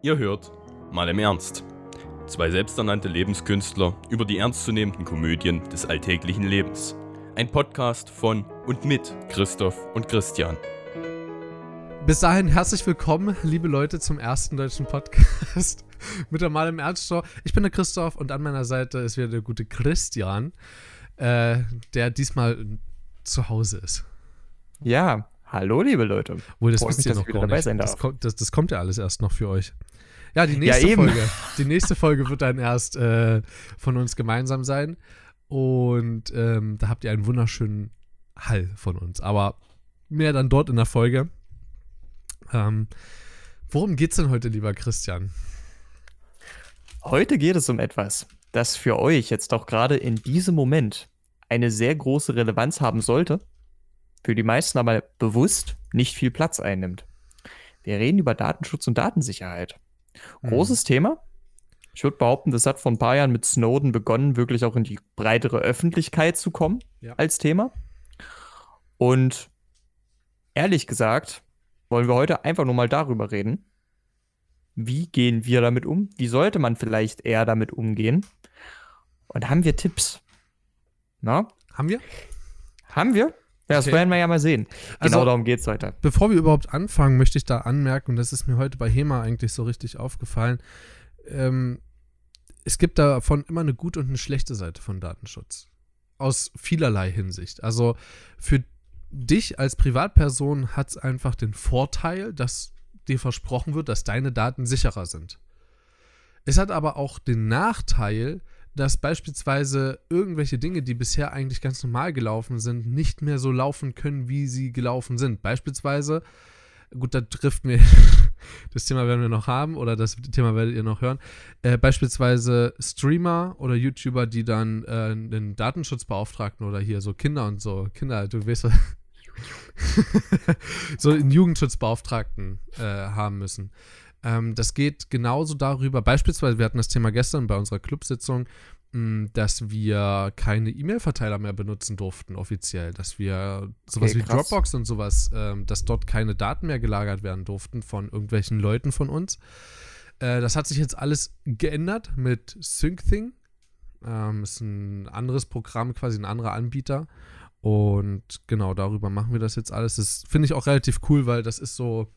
Ihr hört Mal im Ernst. Zwei selbsternannte Lebenskünstler über die ernstzunehmenden Komödien des alltäglichen Lebens. Ein Podcast von und mit Christoph und Christian. Bis dahin herzlich willkommen, liebe Leute, zum ersten deutschen Podcast mit der Mal im Ernst Show. Ich bin der Christoph und an meiner Seite ist wieder der gute Christian, der diesmal zu Hause ist. Ja, hallo liebe Leute. Wohl, das Freut wisst mich, ihr dass noch ich wieder gar dabei nicht. sein darf. Das kommt ja alles erst noch für euch. Ja, die nächste Folge wird dann erst von uns gemeinsam sein. Und da habt ihr einen wunderschönen Hall von uns. Aber mehr dann dort in der Folge. Worum geht's denn heute, lieber Christian? Heute geht es um etwas, das für euch jetzt doch gerade in diesem Moment eine sehr große Relevanz haben sollte, für die meisten aber bewusst nicht viel Platz einnimmt. Wir reden über Datenschutz und Datensicherheit. Großes Thema. Ich würde behaupten, das hat vor ein paar Jahren mit Snowden begonnen, wirklich auch in die breitere Öffentlichkeit zu kommen als Thema. Und ehrlich gesagt, wollen wir heute einfach nur mal darüber reden. Wie gehen wir damit um? Wie sollte man vielleicht eher damit umgehen? Und haben wir Tipps? Na? Haben wir? Haben wir? Ja, das werden wir ja mal sehen. Also, Genau darum geht es heute. Bevor wir überhaupt anfangen, möchte ich da anmerken, und das ist mir heute bei HEMA eigentlich so richtig aufgefallen, es gibt davon immer eine gute und eine schlechte Seite von Datenschutz. Aus vielerlei Hinsicht. Also für dich als Privatperson hat es einfach den Vorteil, dass dir versprochen wird, dass deine Daten sicherer sind. Es hat aber auch den Nachteil, dass beispielsweise irgendwelche Dinge, die bisher eigentlich ganz normal gelaufen sind, nicht mehr so laufen können, wie sie gelaufen sind. Beispielsweise, gut, da trifft mir, das Thema werden wir noch haben oder das Thema werdet ihr noch hören, beispielsweise Streamer oder YouTuber, die dann einen Datenschutzbeauftragten oder hier so Kinder, du weißt so einen Jugendschutzbeauftragten haben müssen. Das geht genauso darüber, beispielsweise, wir hatten das Thema gestern bei unserer Clubsitzung, dass wir keine E-Mail-Verteiler mehr benutzen durften offiziell, dass wir sowas wie Dropbox und sowas, dass dort keine Daten mehr gelagert werden durften von irgendwelchen Leuten von uns. Das hat sich jetzt alles geändert mit SyncThing. Ist ein anderes Programm, quasi ein anderer Anbieter. Und genau, darüber machen wir das jetzt alles. Das finde ich auch relativ cool, weil das ist so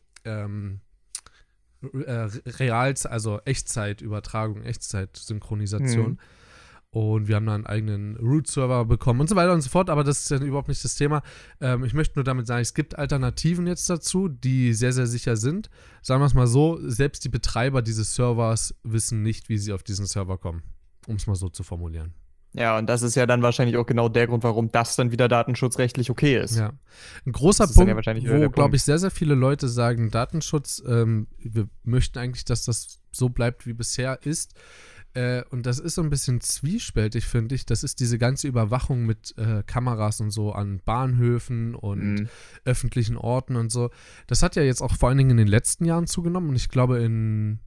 also Echtzeitübertragung, Echtzeit-Synchronisation. Und wir haben da einen eigenen Root-Server bekommen und so weiter und so fort, aber das ist ja überhaupt nicht das Thema. Ich möchte nur damit sagen, es gibt Alternativen jetzt dazu, die sehr, sehr sicher sind. Sagen wir es mal so, selbst die Betreiber dieses Servers wissen nicht, wie sie auf diesen Server kommen, um es mal so zu formulieren. Ja, und das ist ja dann wahrscheinlich auch genau der Grund, warum das dann wieder datenschutzrechtlich okay ist. Ja. Ein großer Punkt, wo, glaube ich, sehr, sehr viele Leute sagen, Datenschutz, wir möchten eigentlich, dass das so bleibt, wie bisher ist. Und das ist so ein bisschen zwiespältig, finde ich. Das ist diese ganze Überwachung mit Kameras und so an Bahnhöfen und öffentlichen Orten und so. Das hat ja jetzt auch vor allen Dingen in den letzten Jahren zugenommen. Und ich glaube, in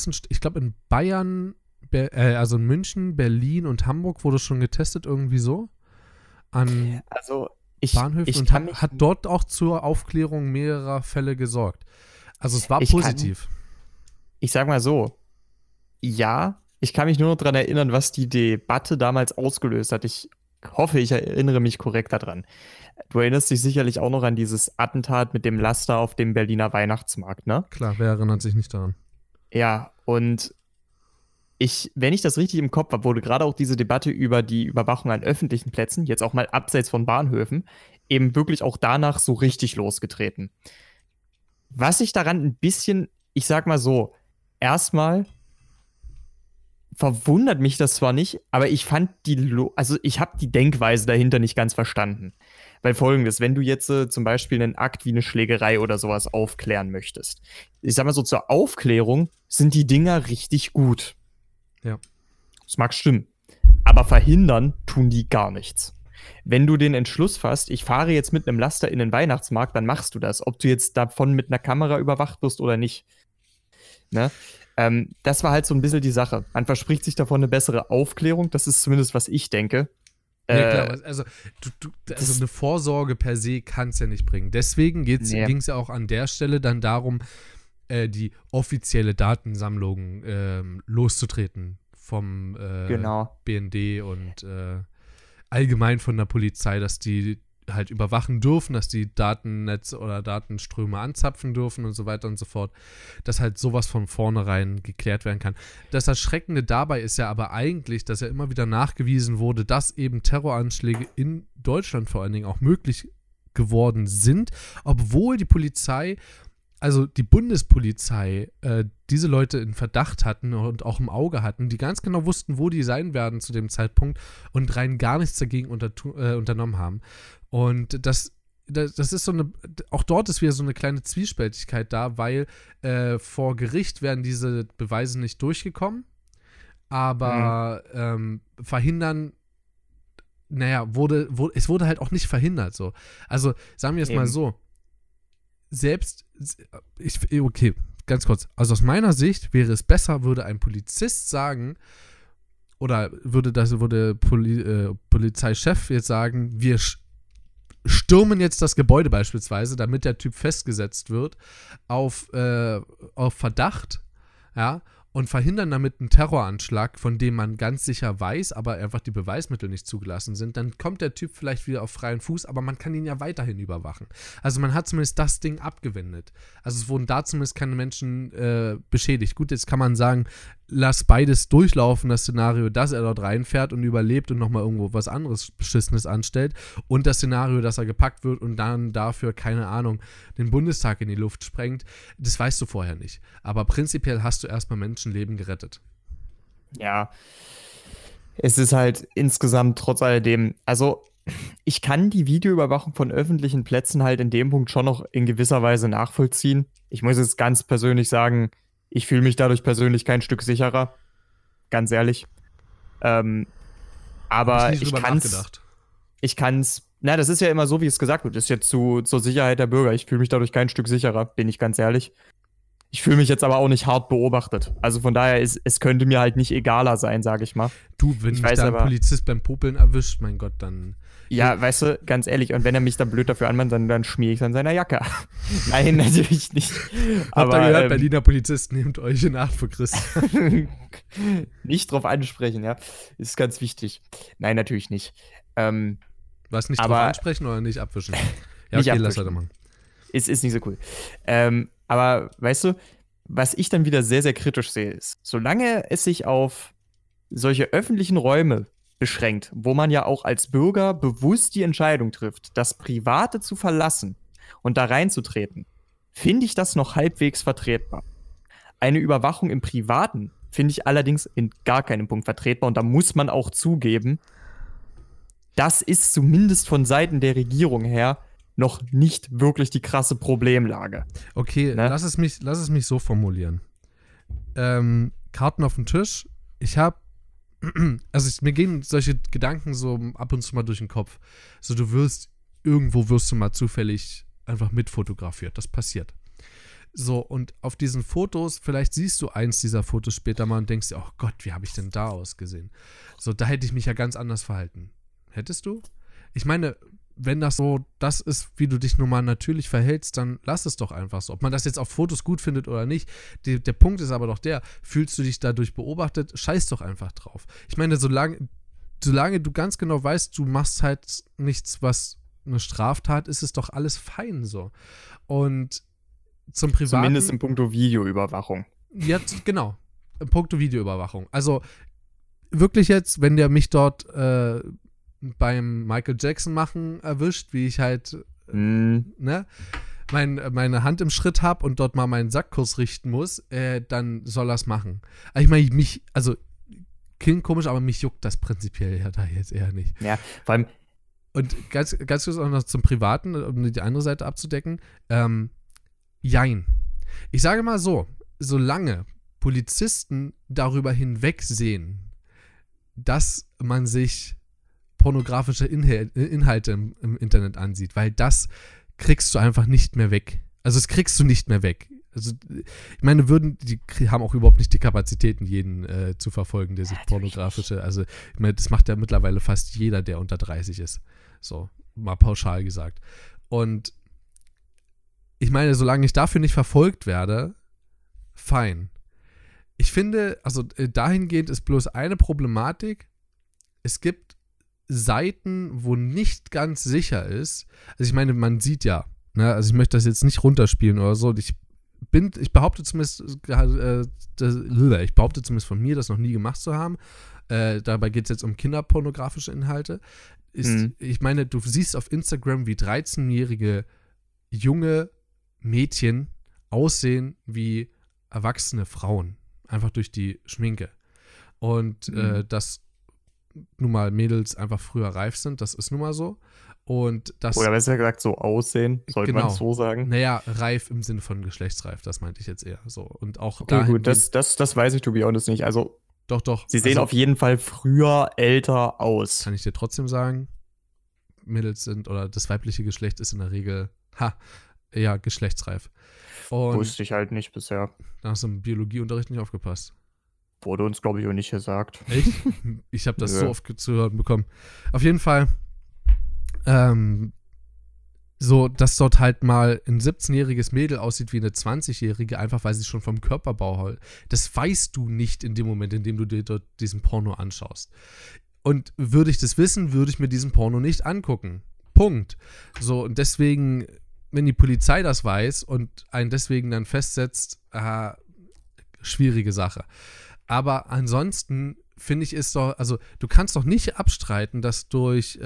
Bayern, also in München, Berlin und Hamburg wurde schon getestet, irgendwie so. An Bahnhöfen und hat dort auch zur Aufklärung mehrerer Fälle gesorgt. Also es war positiv. Ich sag mal so, ja, ich kann mich nur noch daran erinnern, was die Debatte damals ausgelöst hat. Ich hoffe, ich erinnere mich korrekt daran. Du erinnerst dich sicherlich auch noch an dieses Attentat mit dem Laster auf dem Berliner Weihnachtsmarkt, ne? Klar, wer erinnert sich nicht daran? Ja, und wenn ich das richtig im Kopf habe, wurde gerade auch diese Debatte über die Überwachung an öffentlichen Plätzen, jetzt auch mal abseits von Bahnhöfen, eben wirklich auch danach so richtig losgetreten. Was ich daran ein bisschen, ich sag mal so, erstmal verwundert mich das zwar nicht, aber ich fand ich habe die Denkweise dahinter nicht ganz verstanden. Weil Folgendes, wenn du jetzt zum Beispiel einen Akt wie eine Schlägerei oder sowas aufklären möchtest, ich sag mal so, zur Aufklärung sind die Dinger richtig gut. Ja. Das mag stimmen. Aber verhindern tun die gar nichts. Wenn du den Entschluss fasst, ich fahre jetzt mit einem Laster in den Weihnachtsmarkt, dann machst du das. Ob du jetzt davon mit einer Kamera überwacht wirst oder nicht. Ne? Das war halt so ein bisschen die Sache. Man verspricht sich davon eine bessere Aufklärung. Das ist zumindest, was ich denke. Ja, klar, also eine Vorsorge per se kann es ja nicht bringen. Deswegen ging es ja auch an der Stelle dann darum, die offizielle Datensammlung loszutreten vom Genau. BND und allgemein von der Polizei, dass die halt überwachen dürfen, dass die Datennetze oder Datenströme anzapfen dürfen und so weiter und so fort, dass halt sowas von vornherein geklärt werden kann. Das Erschreckende dabei ist ja aber eigentlich, dass ja immer wieder nachgewiesen wurde, dass eben Terroranschläge in Deutschland vor allen Dingen auch möglich geworden sind, obwohl die Polizei, also die Bundespolizei, diese Leute in Verdacht hatten und auch im Auge hatten, die ganz genau wussten, wo die sein werden zu dem Zeitpunkt und rein gar nichts dagegen unternommen haben. Und das ist so eine, auch dort ist wieder so eine kleine Zwiespältigkeit da, weil vor Gericht wären diese Beweise nicht durchgekommen, aber verhindern, naja, es wurde halt auch nicht verhindert so. Also sagen wir es mal so, okay, ganz kurz, also aus meiner Sicht wäre es besser, würde ein Polizist sagen, oder würde Polizeichef jetzt sagen, wir stürmen jetzt das Gebäude beispielsweise, damit der Typ festgesetzt wird auf Verdacht, ja, und verhindern damit einen Terroranschlag, von dem man ganz sicher weiß, aber einfach die Beweismittel nicht zugelassen sind, dann kommt der Typ vielleicht wieder auf freien Fuß, aber man kann ihn ja weiterhin überwachen. Also man hat zumindest das Ding abgewendet. Also es wurden da zumindest keine Menschen beschädigt. Gut, jetzt kann man sagen, lass beides durchlaufen, das Szenario, dass er dort reinfährt und überlebt und nochmal irgendwo was anderes Beschissenes anstellt, und das Szenario, dass er gepackt wird und dann dafür, keine Ahnung, den Bundestag in die Luft sprengt. Das weißt du vorher nicht. Aber prinzipiell hast du erstmal Menschenleben gerettet. Ja, es ist halt insgesamt trotz alledem, also ich kann die Videoüberwachung von öffentlichen Plätzen halt in dem Punkt schon noch in gewisser Weise nachvollziehen. Ich muss jetzt ganz persönlich sagen, ich fühle mich dadurch persönlich kein Stück sicherer. Ganz ehrlich. Aber ich kann's, na, das ist ja immer so, wie es gesagt wird. Das ist jetzt zur Sicherheit der Bürger. Ich fühle mich dadurch kein Stück sicherer, bin ich ganz ehrlich. Ich fühle mich jetzt aber auch nicht hart beobachtet. Also von daher, es könnte mir halt nicht egaler sein, sage ich mal. Du, wenn mich da ein Polizist beim Popeln erwischt, mein Gott, dann... Ja, weißt du, ganz ehrlich, und wenn er mich dann blöd dafür anmahnt, dann schmier ich an seiner Jacke. Nein, natürlich nicht. Habt ihr gehört, Berliner Polizisten, nehmt euch in Acht vor Christus. Nicht drauf ansprechen, ja. Ist ganz wichtig. Nein, natürlich nicht. Was, nicht drauf ansprechen oder nicht abwischen? Ja, nicht okay, lass weiter machen. Ist nicht so cool. Aber weißt du, was ich dann wieder sehr, sehr kritisch sehe, ist, solange es sich auf solche öffentlichen Räume beschränkt, wo man ja auch als Bürger bewusst die Entscheidung trifft, das Private zu verlassen und da reinzutreten, finde ich das noch halbwegs vertretbar. Eine Überwachung im Privaten finde ich allerdings in gar keinem Punkt vertretbar, und da muss man auch zugeben, das ist zumindest von Seiten der Regierung her noch nicht wirklich die krasse Problemlage. Okay, ne? lass es mich so formulieren. Karten auf den Tisch. Mir gehen solche Gedanken so ab und zu mal durch den Kopf. So, irgendwo wirst du mal zufällig einfach mitfotografiert. Das passiert. So, und auf diesen Fotos, vielleicht siehst du eins dieser Fotos später mal und denkst dir, oh Gott, wie habe ich denn da ausgesehen? So, da hätte ich mich ja ganz anders verhalten. Hättest du? Ich meine, wenn das so das ist, wie du dich nun mal natürlich verhältst, dann lass es doch einfach so. Ob man das jetzt auf Fotos gut findet oder nicht, der Punkt ist aber doch der, fühlst du dich dadurch beobachtet, scheiß doch einfach drauf. Ich meine, solange du ganz genau weißt, du machst halt nichts, was eine Straftat ist, ist doch alles fein so. Und zum Privaten... Zumindest in puncto Videoüberwachung. Ja, genau. In puncto Videoüberwachung. Also wirklich jetzt, wenn der mich dort beim Michael Jackson machen erwischt, wie ich halt meine Hand im Schritt habe und dort mal meinen Sackkurs richten muss, dann soll er es machen. Also ich meine, klingt komisch, aber mich juckt das prinzipiell ja da jetzt eher nicht. Ja, vor allem. Und ganz kurz auch noch zum Privaten, um die andere Seite abzudecken. Jein. Ich sage mal so, solange Polizisten darüber hinwegsehen, dass man sich pornografische Inhalte im Internet ansieht, weil das kriegst du einfach nicht mehr weg. Also das kriegst du nicht mehr weg. Also ich meine, die haben auch überhaupt nicht die Kapazitäten, jeden zu verfolgen, der sich pornografische, also ich meine, das macht ja mittlerweile fast jeder, der unter 30 ist. So, mal pauschal gesagt. Und ich meine, solange ich dafür nicht verfolgt werde, fein. Ich finde, also dahingehend ist bloß eine Problematik. Es gibt Seiten, wo nicht ganz sicher ist. Also ich meine, man sieht ja, ne, also ich möchte das jetzt nicht runterspielen oder so. Ich behaupte zumindest, ich behaupte zumindest von mir, das noch nie gemacht zu haben. Dabei geht es jetzt um kinderpornografische Inhalte. Ich meine, du siehst auf Instagram, wie 13-jährige junge Mädchen aussehen wie erwachsene Frauen. Einfach durch die Schminke. Und dass nun mal Mädels einfach früher reif sind, das ist nun mal so. Und das, oder besser gesagt, so aussehen, sollte man so sagen. Naja, reif im Sinne von geschlechtsreif, das meinte ich jetzt eher so. Und auch okay, gut, das weiß ich, to be honest, nicht. Also, doch. Sie sehen auf jeden Fall früher älter aus. Kann ich dir trotzdem sagen, Mädels sind, oder das weibliche Geschlecht ist in der Regel, eher geschlechtsreif. Und wusste ich halt nicht bisher. Da hast du im Biologieunterricht nicht aufgepasst. Wurde uns, glaube ich, auch nicht gesagt. Echt? Ich habe das so oft zu hören bekommen. Auf jeden Fall, so, dass dort halt mal ein 17-jähriges Mädel aussieht wie eine 20-jährige, einfach weil sie schon vom Körperbau, das weißt du nicht in dem Moment, in dem du dir dort diesen Porno anschaust. Und würde ich das wissen, würde ich mir diesen Porno nicht angucken. Punkt. So, und deswegen, wenn die Polizei das weiß und einen deswegen dann festsetzt, schwierige Sache. Aber ansonsten finde ich es doch, also du kannst doch nicht abstreiten, dass durch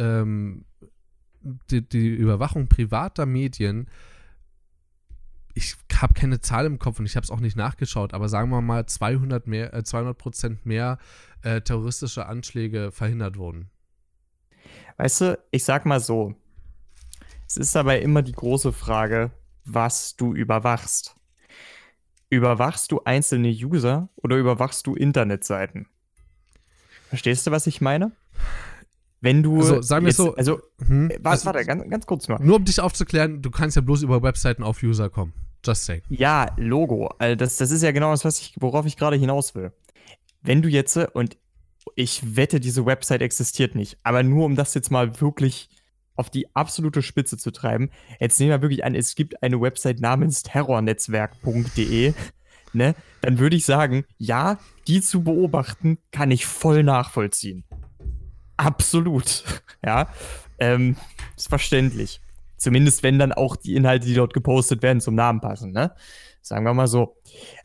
die Überwachung privater Medien, ich habe keine Zahl im Kopf und ich habe es auch nicht nachgeschaut, aber sagen wir mal 200% mehr terroristische Anschläge verhindert wurden. Weißt du, ich sag mal so, es ist dabei immer die große Frage, was du überwachst. Überwachst du einzelne User oder überwachst du Internetseiten? Verstehst du, was ich meine? Wenn du. Also, sagen wir es so. Warte, ganz kurz nur. Nur um dich aufzuklären, du kannst ja bloß über Webseiten auf User kommen. Just saying. Ja, Logo. Also das ist ja genau das, worauf ich gerade hinaus will. Wenn du jetzt, und ich wette, diese Website existiert nicht, aber nur um das jetzt mal wirklich auf die absolute Spitze zu treiben, jetzt nehmen wir wirklich an, es gibt eine Website namens terrornetzwerk.de, ne? Dann würde ich sagen, ja, die zu beobachten, kann ich voll nachvollziehen. Absolut. Ja, ist verständlich. Zumindest wenn dann auch die Inhalte, die dort gepostet werden, zum Namen passen, ne? Sagen wir mal so.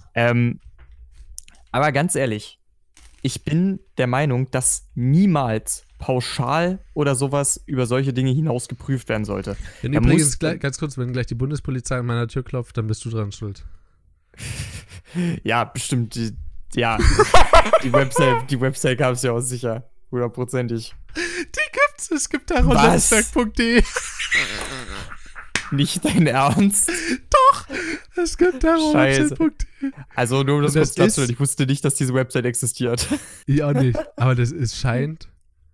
Aber ganz ehrlich, ich bin der Meinung, dass niemals pauschal oder sowas über solche Dinge hinaus geprüft werden sollte. Wenn übrigens, ganz kurz, wenn gleich die Bundespolizei an meiner Tür klopft, dann bist du dran schuld. Ja, bestimmt. Die Website gab es ja auch sicher. 100%ig. Die gibt's. Es gibt terrornetzwerk.de. Nicht dein Ernst? Doch. Es gibt terrornetzwerk.de. Also nur das kurz dazu, ich wusste nicht, dass diese Website existiert. Ich auch nicht. Aber das scheint.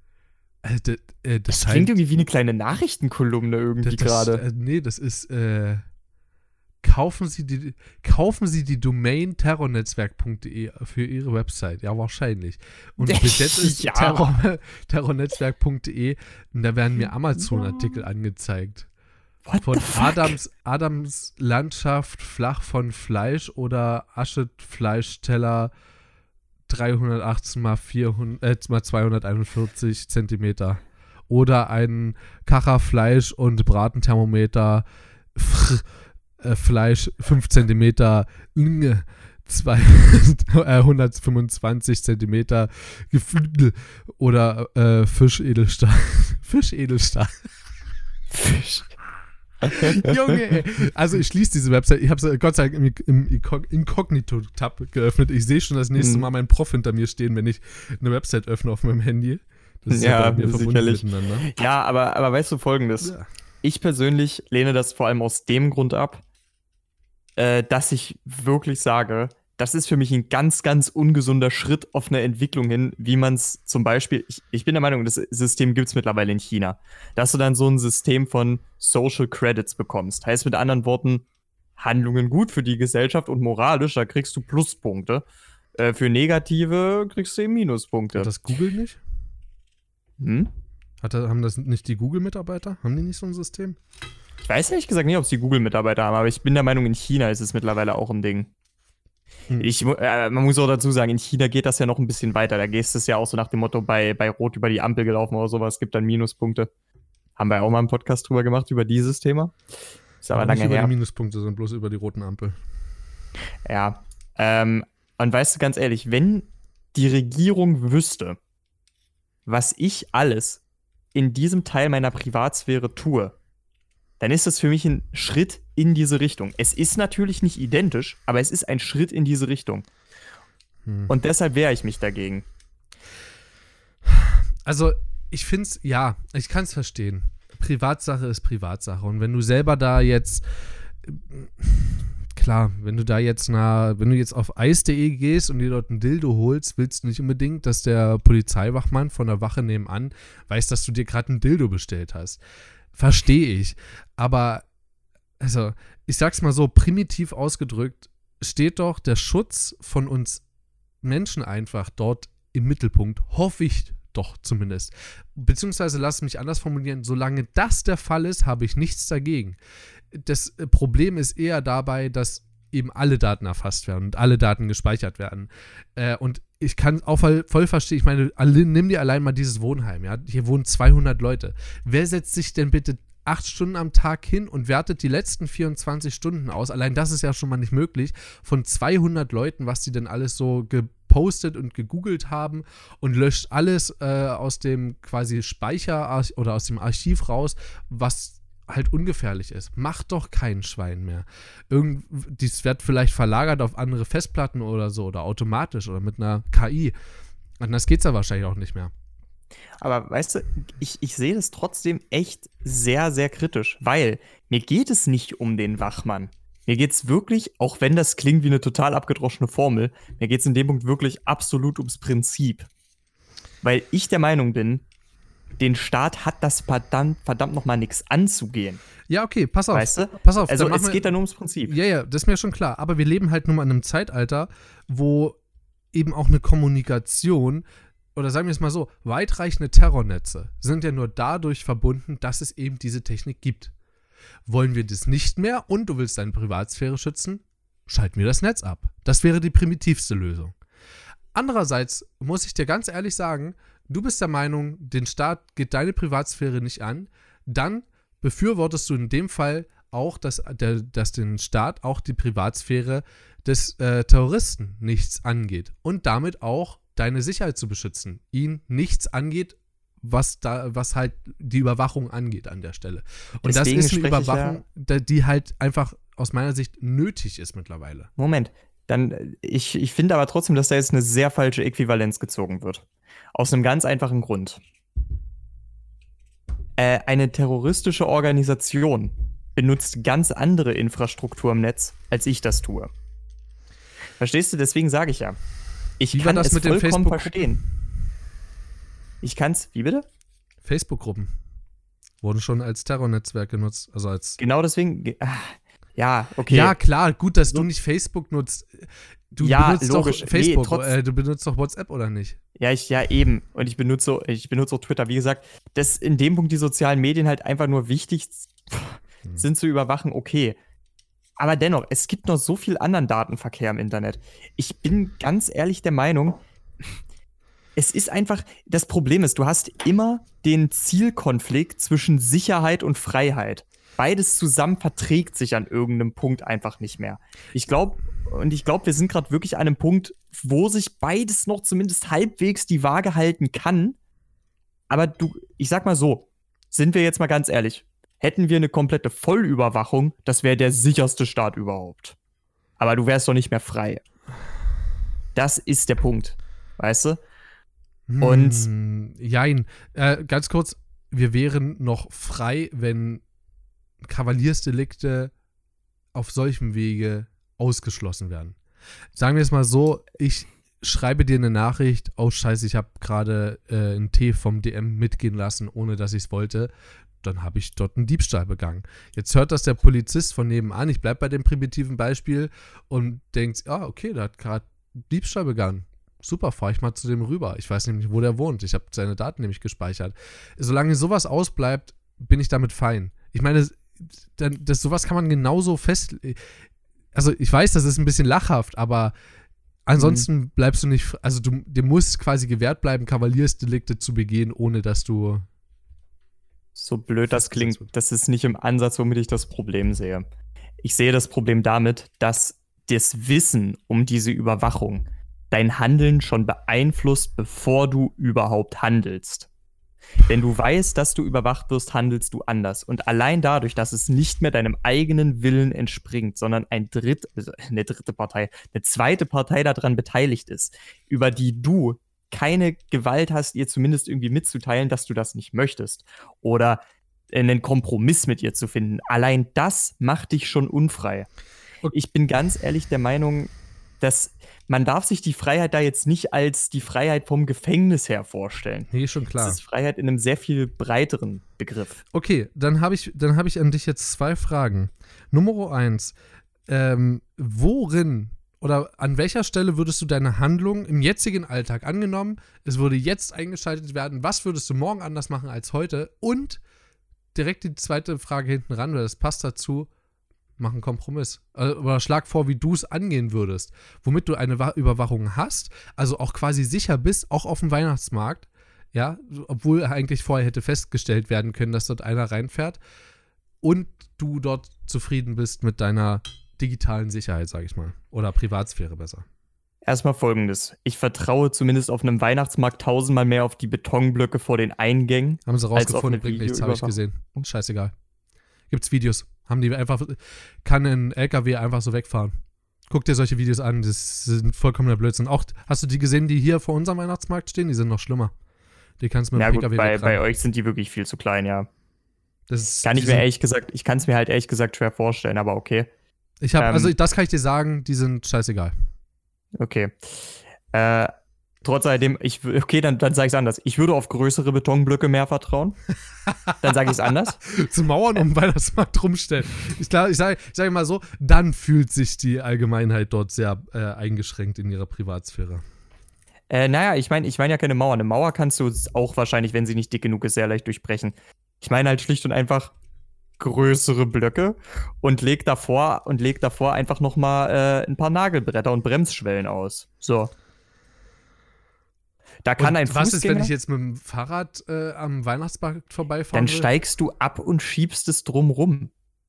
Das klingt irgendwie wie eine kleine Nachrichtenkolumne irgendwie gerade. Nee, das ist. Kaufen Sie die Domain terrornetzwerk.de für Ihre Website. Ja, wahrscheinlich. Und bis jetzt ist terrornetzwerk.de, und da werden mir Amazon-Artikel angezeigt. Von Adams Landschaft flach von Fleisch oder Aschetfleischteller 318 x 241 Zentimeter. Oder ein Kacherfleisch und Bratenthermometer Fleisch 5 Zentimeter 125 Zentimeter Geflügel oder Fischedelstahl. Fischedelstahl. Fisch. Junge, ey. Also ich schließe diese Website. Ich habe sie Gott sei Dank im Inkognito-Tab geöffnet. Ich sehe schon das nächste Mal meinen Prof hinter mir stehen, wenn ich eine Website öffne auf meinem Handy. Das ist ja bei mir verbunden miteinander. Ja, aber weißt du Folgendes? Ja. Ich persönlich lehne das vor allem aus dem Grund ab, dass ich wirklich sage, das ist für mich ein ganz, ganz ungesunder Schritt auf eine Entwicklung hin, wie man es zum Beispiel, ich bin der Meinung, das System gibt es mittlerweile in China, dass du dann so ein System von Social Credits bekommst. Heißt mit anderen Worten, Handlungen gut für die Gesellschaft und moralisch, da kriegst du Pluspunkte. Für negative kriegst du eben Minuspunkte. Hat das Google nicht? Haben das nicht die Google-Mitarbeiter? Haben die nicht so ein System? Ich weiß ehrlich gesagt nicht, ob es die Google-Mitarbeiter haben, aber ich bin der Meinung, in China ist es mittlerweile auch ein Ding. Man muss auch dazu sagen, in China geht das ja noch ein bisschen weiter. Da geht es ja auch so nach dem Motto, bei Rot über die Ampel gelaufen oder sowas, gibt dann Minuspunkte. Haben wir auch mal einen Podcast drüber gemacht, über dieses Thema. Ist aber lange nicht über her. die Minuspunkte, sondern bloß über die roten Ampel. Ja. Und weißt du, ganz ehrlich, wenn die Regierung wüsste, was ich alles in diesem Teil meiner Privatsphäre tue, dann ist das für mich ein Schritt in diese Richtung. Es ist natürlich nicht identisch, aber es ist ein Schritt in diese Richtung. Und deshalb wehre ich mich dagegen. Also, ich finde es, ja, ich kann es verstehen. Privatsache ist Privatsache. Und wenn du selber da jetzt, klar, wenn du jetzt auf eis.de gehst und dir dort ein Dildo holst, willst du nicht unbedingt, dass der Polizeiwachmann von der Wache nebenan weiß, dass du dir gerade ein Dildo bestellt hast. Verstehe ich. Aber, also, ich sag's mal so, primitiv ausgedrückt, steht doch der Schutz von uns Menschen einfach dort im Mittelpunkt. Hoffe ich doch zumindest. Beziehungsweise lass mich anders formulieren, solange das der Fall ist, habe ich nichts dagegen. Das Problem ist eher dabei, dass eben alle Daten erfasst werden und alle Daten gespeichert werden. Und ich kann auch voll verstehen, ich meine, nimm dir allein mal dieses Wohnheim, ja, hier wohnen 200 Leute. Wer setzt sich denn bitte 8 Stunden am Tag hin und wertet die letzten 24 Stunden aus? Allein das ist ja schon mal nicht möglich, von 200 Leuten, was die denn alles so gepostet und gegoogelt haben, und löscht alles aus dem quasi Speicher oder aus dem Archiv raus, was halt ungefährlich ist. Macht doch kein Schwein mehr. Dies wird vielleicht verlagert auf andere Festplatten oder so oder automatisch oder mit einer KI. Anders geht's ja wahrscheinlich auch nicht mehr. Aber weißt du, ich sehe das trotzdem echt sehr, sehr kritisch, weil mir geht es nicht um den Wachmann. Mir geht es wirklich, auch wenn das klingt wie eine total abgedroschene Formel, mir geht es in dem Punkt wirklich absolut ums Prinzip. Weil ich der Meinung bin, den Staat hat das verdammt nochmal nichts anzugehen. Ja, okay, pass auf. Weißt du? Pass auf. Also es geht da nur ums Prinzip. Ja, das ist mir schon klar. Aber wir leben halt nun mal in einem Zeitalter, wo eben auch eine Kommunikation, oder sagen wir es mal so, weitreichende Terrornetze sind ja nur dadurch verbunden, dass es eben diese Technik gibt. Wollen wir das nicht mehr und du willst deine Privatsphäre schützen, schalten wir das Netz ab. Das wäre die primitivste Lösung. Andererseits muss ich dir ganz ehrlich sagen, du bist der Meinung, den Staat geht deine Privatsphäre nicht an, dann befürwortest du in dem Fall auch, dass den Staat auch die Privatsphäre des Terroristen nichts angeht und damit auch deine Sicherheit zu beschützen. Ihn nichts angeht, was halt die Überwachung angeht an der Stelle. Und deswegen das ist eine Überwachung, die halt einfach aus meiner Sicht nötig ist mittlerweile. Moment, ich finde aber trotzdem, dass da jetzt eine sehr falsche Äquivalenz gezogen wird. Aus einem ganz einfachen Grund. Eine terroristische Organisation benutzt ganz andere Infrastruktur im Netz, als ich das tue. Verstehst du? Deswegen sage ich ja. Ich kann es vollkommen verstehen. Ich kann's, wie bitte? Facebook-Gruppen wurden schon als Terrornetzwerk genutzt. Also als genau deswegen. Ja, okay. Ja, klar, gut, dass du nicht Facebook nutzt. Du benutzt logisch. Doch Facebook, du benutzt doch WhatsApp, oder nicht? Ja, eben. Und ich benutze auch Twitter. Wie gesagt, dass in dem Punkt die sozialen Medien halt einfach nur wichtig sind zu überwachen, okay. Aber dennoch, es gibt noch so viel anderen Datenverkehr im Internet. Ich bin ganz ehrlich der Meinung, es ist einfach, das Problem ist, du hast immer den Zielkonflikt zwischen Sicherheit und Freiheit. Beides zusammen verträgt sich an irgendeinem Punkt einfach nicht mehr. Ich glaube, wir sind gerade wirklich an einem Punkt, wo sich beides noch zumindest halbwegs die Waage halten kann. Aber ich sag mal so, sind wir jetzt mal ganz ehrlich, hätten wir eine komplette Vollüberwachung, das wäre der sicherste Staat überhaupt. Aber du wärst doch nicht mehr frei. Das ist der Punkt, weißt du? Und jein, ganz kurz, wir wären noch frei, wenn Kavaliersdelikte auf solchem Wege ausgeschlossen werden. Sagen wir es mal so, ich schreibe dir eine Nachricht, oh scheiße, ich habe gerade einen Tee vom DM mitgehen lassen, ohne dass ich es wollte, dann habe ich dort einen Diebstahl begangen. Jetzt hört das der Polizist von nebenan, ich bleibe bei dem primitiven Beispiel und denkt, okay, der hat gerade Diebstahl begangen. Super, fahre ich mal zu dem rüber. Ich weiß nämlich, wo der wohnt. Ich habe seine Daten nämlich gespeichert. Solange sowas ausbleibt, bin ich damit fein. Ich meine, sowas kann man genauso also ich weiß, das ist ein bisschen lachhaft, aber ansonsten bleibst du nicht, also dir muss quasi gewährt bleiben, Kavaliersdelikte zu begehen, ohne dass du. So blöd das klingt, das ist nicht im Ansatz, womit ich das Problem sehe. Ich sehe das Problem damit, dass das Wissen um diese Überwachung dein Handeln schon beeinflusst, bevor du überhaupt handelst. Wenn du weißt, dass du überwacht wirst, handelst du anders. Und allein dadurch, dass es nicht mehr deinem eigenen Willen entspringt, sondern eine zweite Partei daran beteiligt ist, über die du keine Gewalt hast, ihr zumindest irgendwie mitzuteilen, dass du das nicht möchtest. Oder einen Kompromiss mit ihr zu finden. Allein das macht dich schon unfrei. Okay. Ich bin ganz ehrlich der Meinung, dass man darf sich die Freiheit da jetzt nicht als die Freiheit vom Gefängnis her vorstellen. Nee, schon klar. Das ist Freiheit in einem sehr viel breiteren Begriff. Okay, dann hab ich an dich jetzt 2 Fragen. Nummer 1, worin oder an welcher Stelle würdest du deine Handlung im jetzigen Alltag, angenommen, es würde jetzt eingeschaltet werden, was würdest du morgen anders machen als heute? Und direkt die zweite Frage hinten ran, weil das passt dazu, mach einen Kompromiss. Oder schlag vor, wie du es angehen würdest. Womit du eine Überwachung hast, also auch quasi sicher bist, auch auf dem Weihnachtsmarkt, ja, obwohl eigentlich vorher hätte festgestellt werden können, dass dort einer reinfährt und du dort zufrieden bist mit deiner digitalen Sicherheit, sag ich mal. Oder Privatsphäre besser. Erstmal Folgendes. Ich vertraue zumindest auf einem Weihnachtsmarkt 1000-mal mehr auf die Betonblöcke vor den Eingängen. Haben sie rausgefunden, bringt nichts, habe ich gesehen. Scheißegal. Gibt's Videos. Kann ein LKW einfach so wegfahren. Guck dir solche Videos an, das sind vollkommener Blödsinn. Auch, hast du die gesehen, die hier vor unserem Weihnachtsmarkt stehen? Die sind noch schlimmer. Die kannst du mit dem PKW wegfahren. Bei euch sind die wirklich viel zu klein, ja. Ich kann es mir halt ehrlich gesagt schwer vorstellen, aber okay. Das kann ich dir sagen, die sind scheißegal. Okay. Trotz alledem, dann sage ich es anders. Ich würde auf größere Betonblöcke mehr vertrauen. Dann sage ich es anders. Zu Mauern um den Weihnachtsmarkt rumstellen. Ich sage mal so, dann fühlt sich die Allgemeinheit dort sehr eingeschränkt in ihrer Privatsphäre. Naja, ich meine ja keine Mauer. Eine Mauer kannst du auch wahrscheinlich, wenn sie nicht dick genug ist, sehr leicht durchbrechen. Ich meine halt schlicht und einfach größere Blöcke und leg davor einfach nochmal ein paar Nagelbretter und Bremsschwellen aus. So. Da kann ein Fußgänger. Was ist, wenn ich jetzt mit dem Fahrrad am Weihnachtsmarkt vorbeifahren will? Dann steigst du ab und schiebst es drumrum.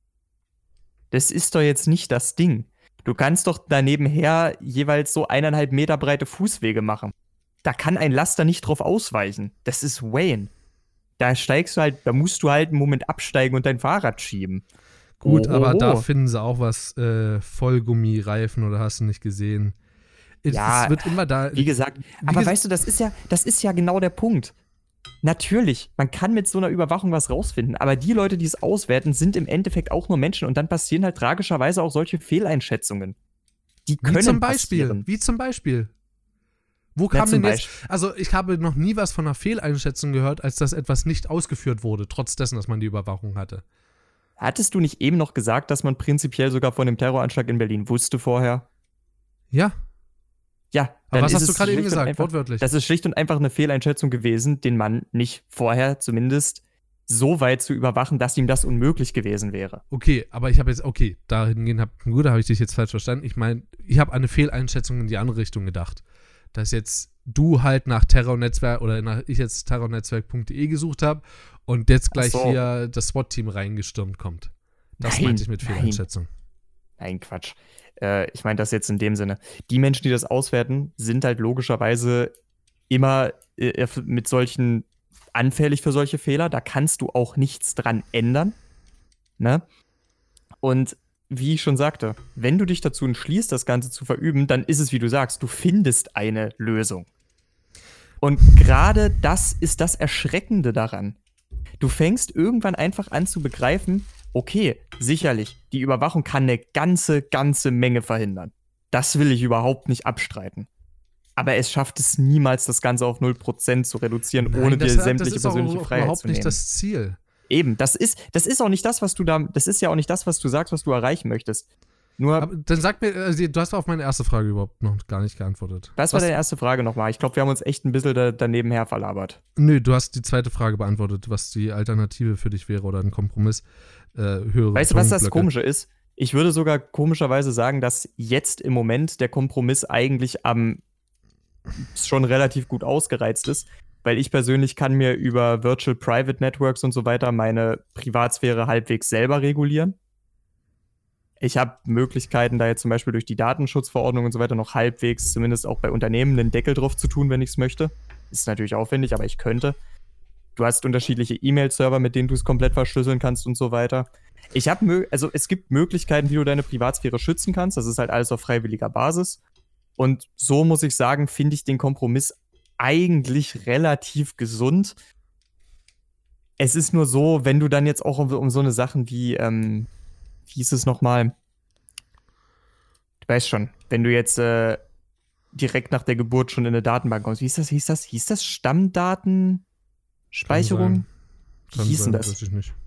Das ist doch jetzt nicht das Ding. Du kannst doch danebenher jeweils so 1,5 Meter breite Fußwege machen. Da kann ein Laster nicht drauf ausweichen. Das ist Wayne. Da musst du halt einen Moment absteigen und dein Fahrrad schieben. Gut, aber da finden sie auch was, Vollgummireifen oder hast du nicht gesehen? Es wird immer da. Wie gesagt, weißt du, das ist ja genau der Punkt. Natürlich, man kann mit so einer Überwachung was rausfinden, aber die Leute, die es auswerten, sind im Endeffekt auch nur Menschen und dann passieren halt tragischerweise auch solche Fehleinschätzungen. Die können passieren. Wie zum Beispiel? Wo kam denn jetzt? Also, ich habe noch nie was von einer Fehleinschätzung gehört, als dass etwas nicht ausgeführt wurde, trotz dessen, dass man die Überwachung hatte. Hattest du nicht eben noch gesagt, dass man prinzipiell sogar von dem Terroranschlag in Berlin wusste vorher? Ja. Ja. Aber was hast du gerade eben gesagt, wortwörtlich? Das ist schlicht und einfach eine Fehleinschätzung gewesen, den Mann nicht vorher zumindest so weit zu überwachen, dass ihm das unmöglich gewesen wäre. Okay, aber ich habe jetzt, dahingehend habe ich dich jetzt falsch verstanden. Ich meine, ich habe eine Fehleinschätzung in die andere Richtung gedacht. Dass jetzt du halt nach Terrornetzwerk oder ich jetzt terrornetzwerk.de gesucht habe und jetzt gleich hier das SWAT-Team reingestürmt kommt. Das meinte ich mit Fehleinschätzung. Nein, Quatsch. Ich meine das jetzt in dem Sinne. Die Menschen, die das auswerten, sind halt logischerweise immer mit solchen anfällig für solche Fehler. Da kannst du auch nichts dran ändern. Ne? Und wie ich schon sagte, wenn du dich dazu entschließt, das Ganze zu verüben, dann ist es, wie du sagst, du findest eine Lösung. Und gerade das ist das Erschreckende daran. Du fängst irgendwann einfach an zu begreifen, okay, sicherlich, die Überwachung kann eine ganze Menge verhindern. Das will ich überhaupt nicht abstreiten. Aber es schafft es niemals, das Ganze auf 0% zu reduzieren, ohne dir sämtliche persönliche Freiheit zu nehmen. Das ist überhaupt nicht das Ziel. Eben, das ist ja auch nicht das, was du sagst, was du erreichen möchtest. Nur. Aber dann sag mir, du hast auf meine erste Frage überhaupt noch gar nicht geantwortet. Was war deine erste Frage nochmal? Ich glaube, wir haben uns echt ein bisschen daneben her verlabert. Nö, du hast die zweite Frage beantwortet, was die Alternative für dich wäre oder ein Kompromiss. Weißt du, was das Komische ist? Ich würde sogar komischerweise sagen, dass jetzt im Moment der Kompromiss eigentlich schon relativ gut ausgereizt ist, weil ich persönlich kann mir über Virtual Private Networks und so weiter meine Privatsphäre halbwegs selber regulieren. Ich habe Möglichkeiten, da jetzt zum Beispiel durch die Datenschutzverordnung und so weiter noch halbwegs, zumindest auch bei Unternehmen, einen Deckel drauf zu tun, wenn ich es möchte. Ist natürlich aufwendig, aber ich könnte. Du hast unterschiedliche E-Mail-Server, mit denen du es komplett verschlüsseln kannst und so weiter. Es gibt Möglichkeiten, wie du deine Privatsphäre schützen kannst. Das ist halt alles auf freiwilliger Basis. Und so muss ich sagen, finde ich den Kompromiss eigentlich relativ gesund. Es ist nur so, wenn du dann jetzt auch um so eine Sachen wie hieß es nochmal? Du weißt schon, wenn du jetzt direkt nach der Geburt schon in eine Datenbank kommst. Wie hieß das Stammdatenspeicherung? Wie hieß denn das? Weiß ich nicht.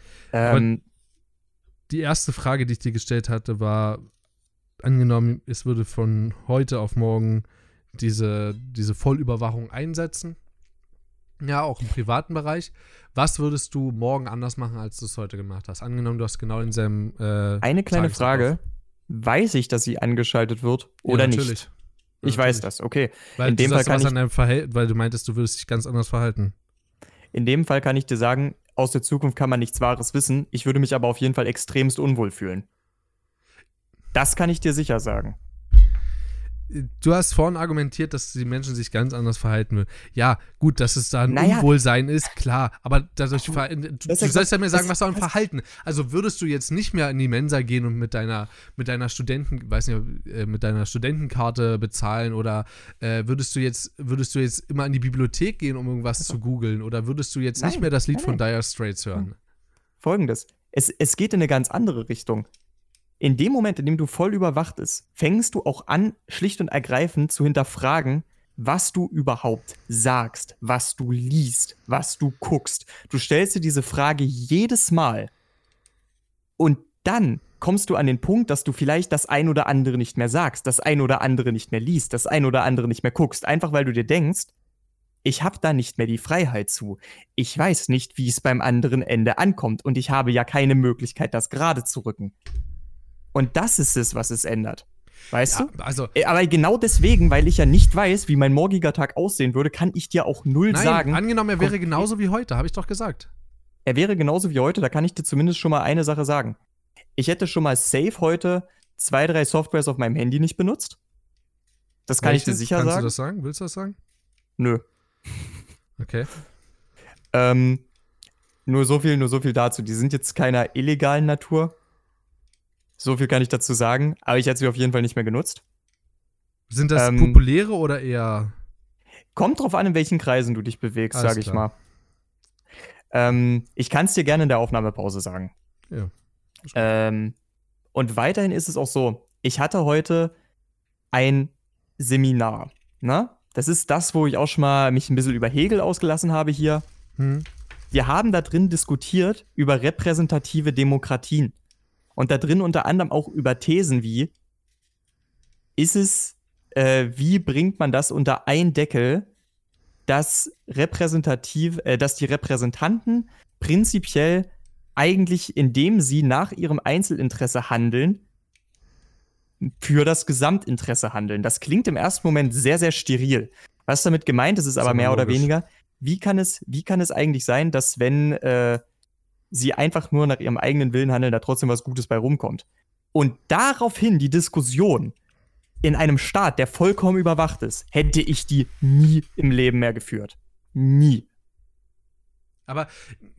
Die erste Frage, die ich dir gestellt hatte, war, angenommen, es würde von heute auf morgen diese Vollüberwachung einsetzen. Ja, auch im privaten Bereich. Was würdest du morgen anders machen, als du es heute gemacht hast? Angenommen, du hast genau denselben Eine kleine Frage. Weiß ich, dass sie angeschaltet wird oder ja, nicht? Natürlich. Ich weiß das, okay. Weil in dem Fall kann ich an deinem Verhalten, weil du meintest, du würdest dich ganz anders verhalten. In dem Fall kann ich dir sagen, aus der Zukunft kann man nichts Wahres wissen. Ich würde mich aber auf jeden Fall extremst unwohl fühlen. Das kann ich dir sicher sagen. Du hast vorhin argumentiert, dass die Menschen sich ganz anders verhalten würden. Ja, gut, dass es da ein Unwohlsein ist, klar. Aber dadurch du sollst ja mir sagen, was soll ein Verhalten? Also würdest du jetzt nicht mehr in die Mensa gehen und mit deiner mit deiner Studentenkarte bezahlen oder würdest du jetzt immer in die Bibliothek gehen, um irgendwas zu googeln? Oder würdest du jetzt nicht mehr das Lied von Dire Straits hören? Folgendes. Es geht in eine ganz andere Richtung. In dem Moment, in dem du voll überwacht bist, fängst du auch an, schlicht und ergreifend zu hinterfragen, was du überhaupt sagst, was du liest, was du guckst. Du stellst dir diese Frage jedes Mal. Und dann kommst du an den Punkt, dass du vielleicht das ein oder andere nicht mehr sagst, das ein oder andere nicht mehr liest, das ein oder andere nicht mehr guckst. Einfach weil du dir denkst, ich habe da nicht mehr die Freiheit zu. Ich weiß nicht, wie es beim anderen Ende ankommt. Und ich habe ja keine Möglichkeit, das gerade zu rücken. Und das ist es, was es ändert. Weißt du? Also, aber genau deswegen, weil ich ja nicht weiß, wie mein morgiger Tag aussehen würde, kann ich dir auch sagen. Angenommen, er wäre genauso wie heute, habe ich doch gesagt. Er wäre genauso wie heute, da kann ich dir zumindest schon mal eine Sache sagen. Ich hätte schon mal safe heute 2, 3 Softwares auf meinem Handy nicht benutzt. Das kann ich dir sicher sagen. Kannst du das sagen? Willst du das sagen? Nö. Okay. Nur so viel dazu. Die sind jetzt keiner illegalen Natur. So viel kann ich dazu sagen, aber ich hätte sie auf jeden Fall nicht mehr genutzt. Sind das populäre oder eher? Kommt drauf an, in welchen Kreisen du dich bewegst, sage ich mal. Ich kann es dir gerne in der Aufnahmepause sagen. Ja. Und weiterhin ist es auch so, ich hatte heute ein Seminar. Ne? Das ist das, wo ich auch schon mal mich ein bisschen über Hegel ausgelassen habe hier. Wir haben da drin diskutiert über repräsentative Demokratien. Und da drin unter anderem auch über Thesen wie, wie bringt man das unter einen Deckel, dass die Repräsentanten prinzipiell eigentlich, indem sie nach ihrem Einzelinteresse handeln, für das Gesamtinteresse handeln. Das klingt im ersten Moment sehr, sehr steril. Was damit gemeint ist, ist aber mehr oder weniger, wie kann es eigentlich sein, dass wenn sie einfach nur nach ihrem eigenen Willen handeln, da trotzdem was Gutes bei rumkommt. Und daraufhin die Diskussion in einem Staat, der vollkommen überwacht ist, hätte ich die nie im Leben mehr geführt. Nie. Aber,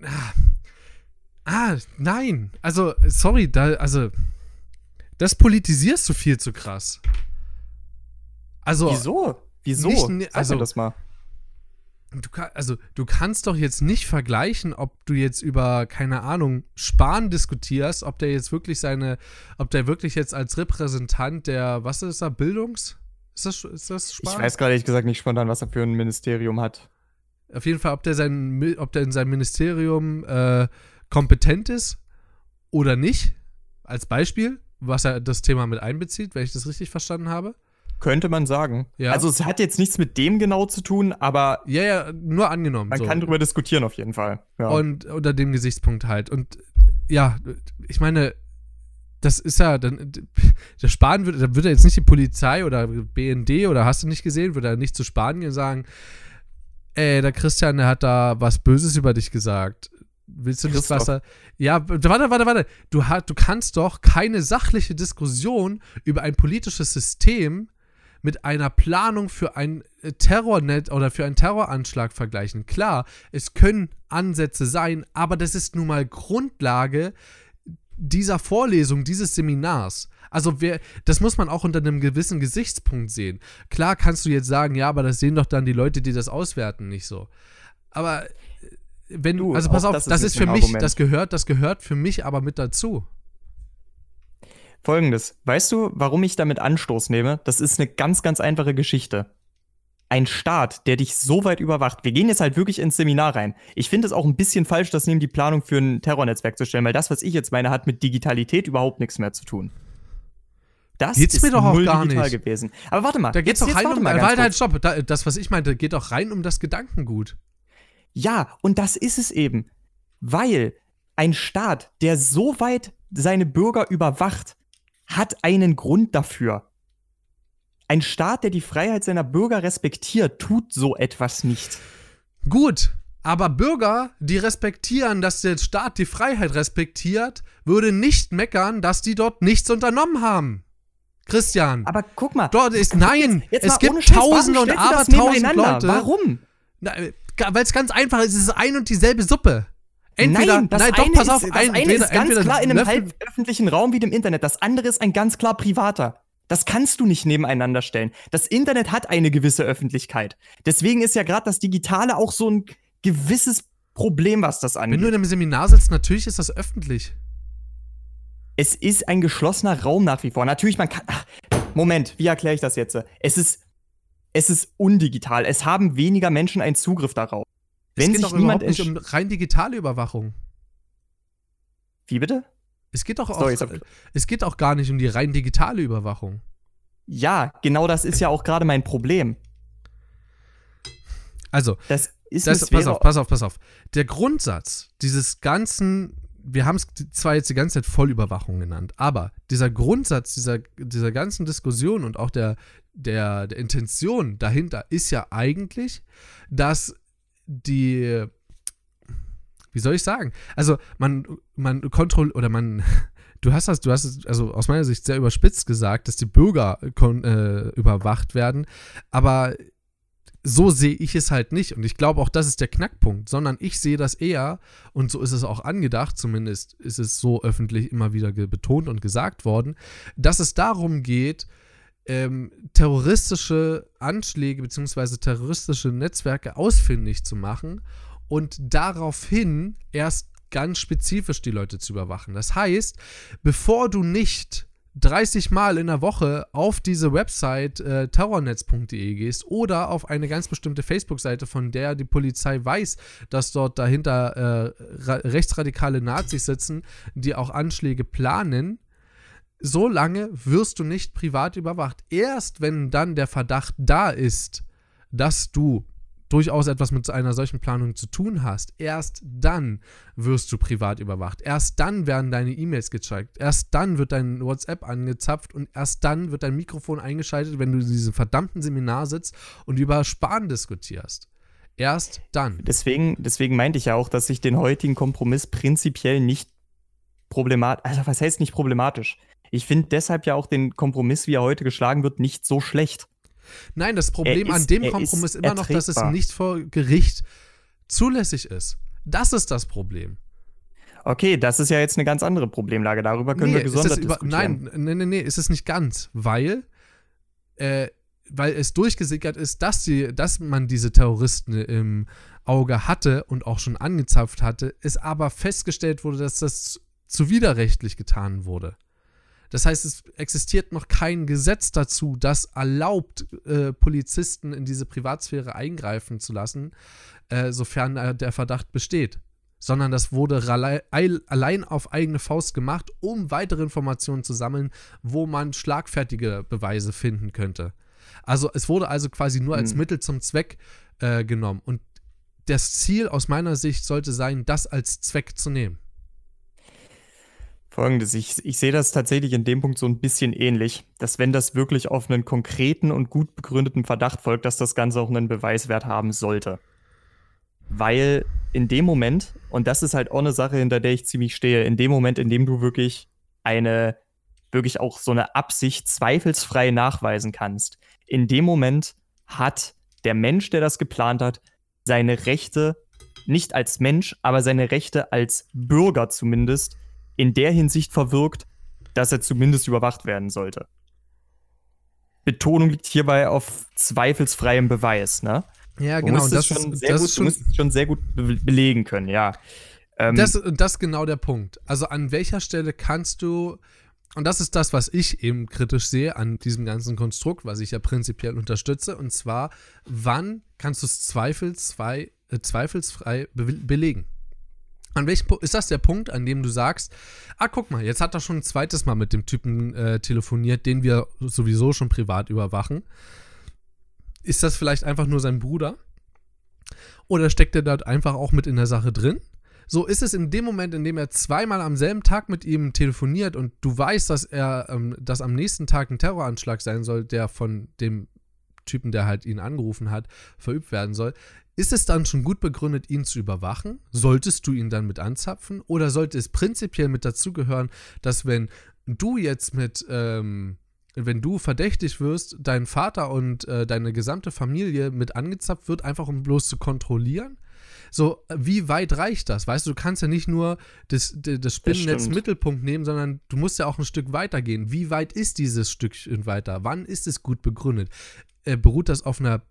nein. Also, sorry, das politisierst du viel zu krass. Also. Wieso? Sag mir das mal. Du kannst doch jetzt nicht vergleichen, ob du jetzt über, keine Ahnung, Spahn diskutierst, ob der wirklich jetzt als Repräsentant der, was ist da, Bildungs? Ist das Spahn? Ich weiß gerade ehrlich gesagt nicht spontan, was er für ein Ministerium hat. Auf jeden Fall, ob der in seinem Ministerium kompetent ist oder nicht, als Beispiel, was er das Thema mit einbezieht, wenn ich das richtig verstanden habe. Könnte man sagen. Ja. Also es hat jetzt nichts mit dem genau zu tun, aber ja, nur angenommen. Man kann drüber diskutieren auf jeden Fall. Ja. Und unter dem Gesichtspunkt halt. Und ja, ich meine, das ist ja dann, der Spahn da wird er jetzt nicht die Polizei oder BND oder hast du nicht gesehen, würde er nicht zu Spanien sagen, der Christian, der hat da was Böses über dich gesagt. Willst du nicht Christoph. was? Ja, warte. Du kannst doch keine sachliche Diskussion über ein politisches System mit einer Planung für ein Terrornet oder für einen Terroranschlag vergleichen. Klar, es können Ansätze sein, aber das ist nun mal Grundlage dieser Vorlesung, dieses Seminars. Also das muss man auch unter einem gewissen Gesichtspunkt sehen. Klar kannst du jetzt sagen, ja, aber das sehen doch dann die Leute, die das auswerten, nicht so. Aber wenn du, also pass auf, das ist für mich, das gehört für mich aber mit dazu. Folgendes, weißt du, warum ich damit Anstoß nehme? Das ist eine ganz, ganz einfache Geschichte. Ein Staat, der dich so weit überwacht, wir gehen jetzt halt wirklich ins Seminar rein. Ich finde es auch ein bisschen falsch, das neben die Planung für ein Terrornetzwerk zu stellen, weil das, was ich jetzt meine, hat mit Digitalität überhaupt nichts mehr zu tun. Das geht's mir doch auch gar digital nicht gewesen. Aber warte mal. Da geht's doch rein um stopp. Das, was ich meinte, geht doch rein um das Gedankengut. Ja, und das ist es eben. Weil ein Staat, der so weit seine Bürger überwacht, hat einen Grund dafür. Ein Staat, der die Freiheit seiner Bürger respektiert, tut so etwas nicht. Gut, aber Bürger, die respektieren, dass der Staat die Freiheit respektiert, würde nicht meckern, dass die dort nichts unternommen haben. Christian. Aber guck mal. Dort ist, nein, jetzt es gibt Scheiß, Tausende und Abertausend Leute. Warum? Weil es ganz einfach ist, es ist ein und dieselbe Suppe. Entweder, das eine ist ganz klar in einem halböffentlichen Raum wie dem Internet. Das andere ist ein ganz klar privater. Das kannst du nicht nebeneinander stellen. Das Internet hat eine gewisse Öffentlichkeit. Deswegen ist ja gerade das Digitale auch so ein gewisses Problem, was das angeht. Wenn du in einem Seminar sitzt, natürlich ist das öffentlich. Es ist ein geschlossener Raum nach wie vor. Natürlich, man kann. Moment, wie erkläre ich das jetzt? Es ist undigital. Es haben weniger Menschen einen Zugriff darauf. Wenn sich niemand nicht um rein digitale Überwachung. Wie bitte? Es geht auch gar nicht um die rein digitale Überwachung. Ja, genau das ist ja auch gerade mein Problem. Also, pass auf. Der Grundsatz dieses ganzen, wir haben es zwar jetzt die ganze Zeit Vollüberwachung genannt, aber dieser Grundsatz dieser ganzen Diskussion und auch der Intention dahinter ist ja eigentlich, dass wie soll ich sagen? Also man kontrolliert oder du hast es also aus meiner Sicht sehr überspitzt gesagt, dass die Bürger überwacht werden, aber so sehe ich es halt nicht und ich glaube auch, das ist der Knackpunkt, sondern ich sehe das eher und so ist es auch angedacht, zumindest ist es so öffentlich immer wieder betont und gesagt worden, dass es darum geht, terroristische Anschläge bzw. terroristische Netzwerke ausfindig zu machen und daraufhin erst ganz spezifisch die Leute zu überwachen. Das heißt, bevor du nicht 30 Mal in der Woche auf diese Website terrornetz.de gehst oder auf eine ganz bestimmte Facebook-Seite, von der die Polizei weiß, dass dort dahinter rechtsradikale Nazis sitzen, die auch Anschläge planen, so lange wirst du nicht privat überwacht. Erst wenn dann der Verdacht da ist, dass du durchaus etwas mit einer solchen Planung zu tun hast, erst dann wirst du privat überwacht. Erst dann werden deine E-Mails gecheckt. Erst dann wird dein WhatsApp angezapft und erst dann wird dein Mikrofon eingeschaltet, wenn du in diesem verdammten Seminar sitzt und über Sparen diskutierst. Erst dann. Deswegen meinte ich ja auch, dass ich den heutigen Kompromiss prinzipiell nicht problematisch, also was heißt nicht problematisch? Ich finde deshalb ja auch den Kompromiss, wie er heute geschlagen wird, nicht so schlecht. Nein, das Problem an dem Kompromiss ist immer noch, dass es nicht vor Gericht zulässig ist. Das ist das Problem. Okay, das ist ja jetzt eine ganz andere Problemlage. Darüber können wir gesondert diskutieren. Nein, ist es nicht ganz, weil es durchgesickert ist, dass man diese Terroristen im Auge hatte und auch schon angezapft hatte, es aber festgestellt wurde, dass das zuwiderrechtlich getan wurde. Das heißt, es existiert noch kein Gesetz dazu, das erlaubt, Polizisten in diese Privatsphäre eingreifen zu lassen, sofern der Verdacht besteht. Sondern das wurde allein auf eigene Faust gemacht, um weitere Informationen zu sammeln, wo man schlagfertige Beweise finden könnte. Also es wurde also quasi nur als Mittel zum Zweck genommen. Und das Ziel aus meiner Sicht sollte sein, das als Zweck zu nehmen. Folgendes, ich sehe das tatsächlich in dem Punkt so ein bisschen ähnlich, dass wenn das wirklich auf einen konkreten und gut begründeten Verdacht folgt, dass das Ganze auch einen Beweiswert haben sollte. Weil in dem Moment, und das ist halt auch eine Sache, hinter der ich ziemlich stehe, in dem Moment, in dem du wirklich auch so eine Absicht zweifelsfrei nachweisen kannst, in dem Moment hat der Mensch, der das geplant hat, seine Rechte, nicht als Mensch, aber seine Rechte als Bürger zumindest, in der Hinsicht verwirkt, dass er zumindest überwacht werden sollte. Betonung liegt hierbei auf zweifelsfreiem Beweis, ne? Ja, genau. Du musst es schon sehr gut belegen können, ja. Das ist genau der Punkt. Also an welcher Stelle kannst du, und das ist das, was ich eben kritisch sehe an diesem ganzen Konstrukt, was ich ja prinzipiell unterstütze, und zwar, wann kannst du es zweifelsfrei belegen? An welchem Punkt ist das der Punkt, an dem du sagst, guck mal, jetzt hat er schon ein zweites Mal mit dem Typen telefoniert, den wir sowieso schon privat überwachen. Ist das vielleicht einfach nur sein Bruder? Oder steckt er dort einfach auch mit in der Sache drin? So ist es in dem Moment, in dem er zweimal am selben Tag mit ihm telefoniert und du weißt, dass am nächsten Tag ein Terroranschlag sein soll, der von dem Typen, der halt ihn angerufen hat, verübt werden soll. Ist es dann schon gut begründet, ihn zu überwachen? Solltest du ihn dann mit anzapfen? Oder sollte es prinzipiell mit dazugehören, dass wenn du jetzt wenn du verdächtig wirst, dein Vater und deine gesamte Familie mit angezapft wird, einfach um bloß zu kontrollieren? So, wie weit reicht das? Weißt du, du kannst ja nicht nur das Spinnennetz Mittelpunkt nehmen, sondern du musst ja auch ein Stück weiter gehen. Wie weit ist dieses Stückchen weiter? Wann ist es gut begründet? Beruht das auf einer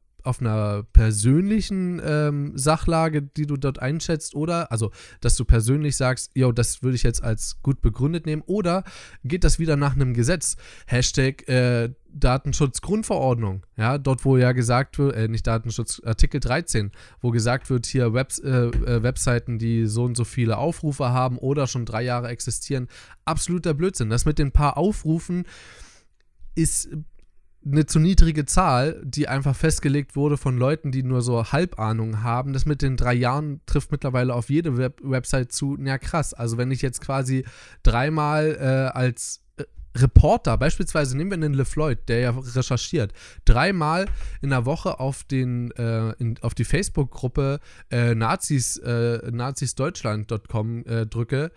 persönlichen Sachlage, die du dort einschätzt, oder, also, dass du persönlich sagst, jo, das würde ich jetzt als gut begründet nehmen, oder geht das wieder nach einem Gesetz? Hashtag Datenschutzgrundverordnung, ja, dort, wo ja gesagt wird, nicht Datenschutz, Artikel 13, wo gesagt wird, hier Webseiten, die so und so viele Aufrufe haben oder schon 3 Jahre existieren, absoluter Blödsinn. Das mit den paar Aufrufen ist eine zu niedrige Zahl, die einfach festgelegt wurde von Leuten, die nur so Halbahnung haben. Das mit den 3 Jahren trifft mittlerweile auf jede Website zu. Ja, krass. Also wenn ich jetzt quasi 3-mal als Reporter, beispielsweise nehmen wir einen LeFloid, der ja recherchiert, 3-mal in der Woche auf die Facebook-Gruppe nazisdeutschland.com drücke,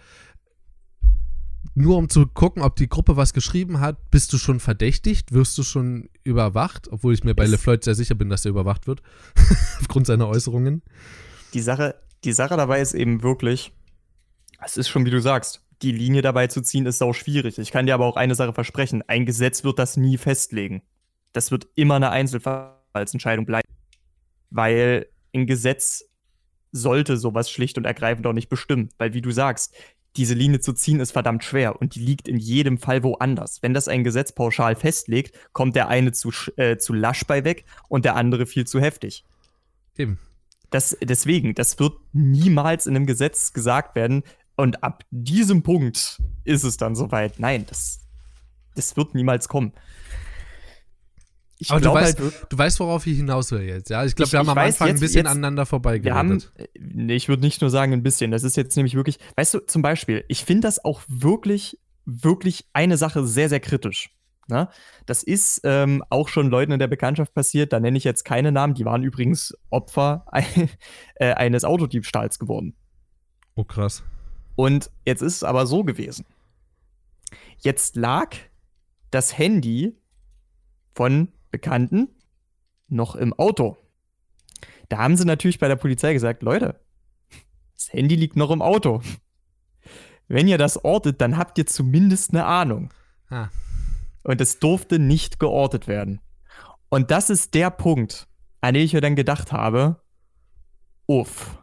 nur um zu gucken, ob die Gruppe was geschrieben hat, bist du schon verdächtigt, wirst du schon überwacht, obwohl ich mir bei LeFloid sehr sicher bin, dass er überwacht wird, aufgrund seiner Äußerungen. Die Sache dabei ist eben wirklich, es ist schon, wie du sagst, die Linie dabei zu ziehen, ist sau schwierig. Ich kann dir aber auch eine Sache versprechen, ein Gesetz wird das nie festlegen. Das wird immer eine Einzelfallsentscheidung bleiben, weil ein Gesetz sollte sowas schlicht und ergreifend auch nicht bestimmen, weil, wie du sagst, diese Linie zu ziehen ist verdammt schwer und die liegt in jedem Fall woanders. Wenn das ein Gesetz pauschal festlegt, kommt der eine zu lasch bei weg und der andere viel zu heftig. Eben. Deswegen, das wird niemals in einem Gesetz gesagt werden und ab diesem Punkt ist es dann soweit. Nein, das wird niemals kommen. Aber du weißt, worauf ich hinaus will jetzt. Ja? Ich glaube, wir haben am Anfang ein bisschen aneinander vorbeigeredet. Ich würde nicht nur sagen ein bisschen. Das ist jetzt nämlich wirklich, weißt du, zum Beispiel, ich finde das auch wirklich, wirklich eine Sache sehr, sehr kritisch. Ne? Das ist auch schon Leuten in der Bekanntschaft passiert. Da nenne ich jetzt keine Namen. Die waren übrigens Opfer eines Autodiebstahls geworden. Oh, krass. Und jetzt ist es aber so gewesen. Jetzt lag das Handy von Bekannten noch im Auto. Da haben sie natürlich bei der Polizei gesagt, Leute, das Handy liegt noch im Auto. Wenn ihr das ortet, dann habt ihr zumindest eine Ahnung. Und es durfte nicht geortet werden. Und das ist der Punkt, an dem ich mir dann gedacht habe, uff,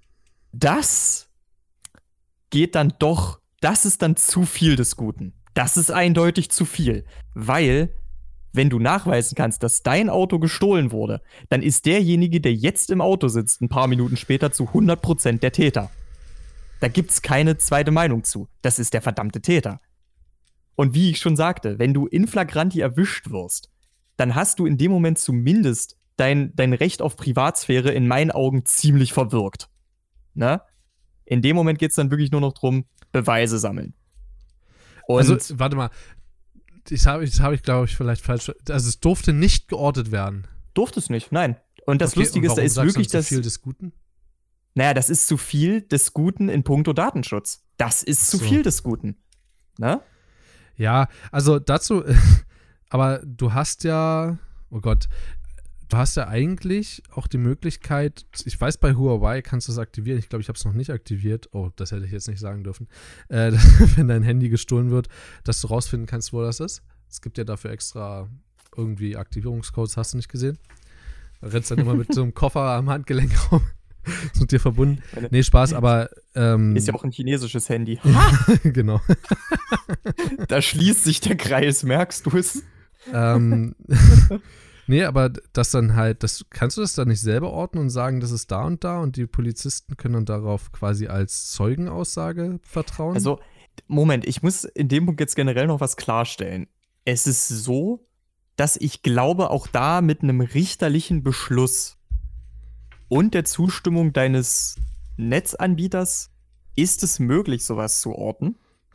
das geht dann doch, das ist dann zu viel des Guten. Das ist eindeutig zu viel, weil wenn du nachweisen kannst, dass dein Auto gestohlen wurde, dann ist derjenige, der jetzt im Auto sitzt, ein paar Minuten später zu 100% der Täter. Da gibt's keine zweite Meinung zu. Das ist der verdammte Täter. Und wie ich schon sagte, wenn du in flagranti erwischt wirst, dann hast du in dem Moment zumindest dein Recht auf Privatsphäre in meinen Augen ziemlich verwirkt. Ne? In dem Moment geht's dann wirklich nur noch drum, Beweise sammeln. Und also, warte mal. Das habe ich, glaube ich, vielleicht falsch. Also, es durfte nicht geortet werden. durfte es nicht, nein. Und das Okay, Lustige und ist, da warum ist sagst du wirklich zu das. viel des Guten? Naja, das ist zu viel des Guten in puncto Datenschutz. Das ist zu So. viel des Guten. Ne? Ja, also dazu, aber du hast ja, oh Gott, du hast ja eigentlich auch die Möglichkeit, ich weiß, bei Huawei kannst du es aktivieren, ich glaube, ich habe es noch nicht aktiviert, oh, das hätte ich jetzt nicht sagen dürfen, wenn dein Handy gestohlen wird, dass du rausfinden kannst, wo das ist. Es gibt ja dafür extra irgendwie Aktivierungscodes, hast du nicht gesehen? Da rennst dann immer mit so einem Koffer am Handgelenk rum. Ist mit dir verbunden. Nee, Spaß, aber Ist ja auch ein chinesisches Handy. genau. Da schließt sich der Kreis, merkst du es? Nee, aber das dann halt, kannst du das dann nicht selber ordnen und sagen, das ist da und die Polizisten können dann darauf quasi als Zeugenaussage vertrauen? Also, Moment, ich muss in dem Punkt jetzt generell noch was klarstellen. Es ist so, dass ich glaube, auch da mit einem richterlichen Beschluss und der Zustimmung deines Netzanbieters ist es möglich, sowas zu orten.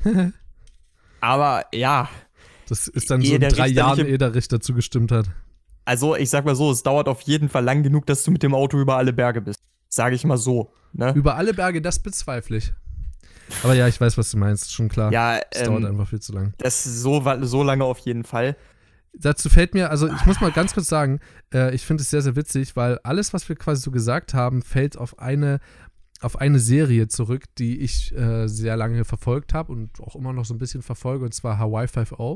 Aber ja, das ist dann so ehe in der 3 Jahren, richterliche- ehe der Richter zugestimmt hat. also ich sag mal so, es dauert auf jeden Fall lang genug, dass du mit dem Auto über alle Berge bist. Sage ich mal so. Ne? Über alle Berge, das bezweifle ich. Aber ja, ich weiß, was du meinst, ist schon klar. Ja, Das dauert einfach viel zu lang. das so lange auf jeden Fall. Dazu fällt mir, also ich muss mal ganz kurz sagen, ich finde es sehr, sehr witzig, weil alles, was wir quasi so gesagt haben, fällt auf eine Serie zurück, die ich sehr lange verfolgt habe und auch immer noch so ein bisschen verfolge, und zwar Hawaii 5.0.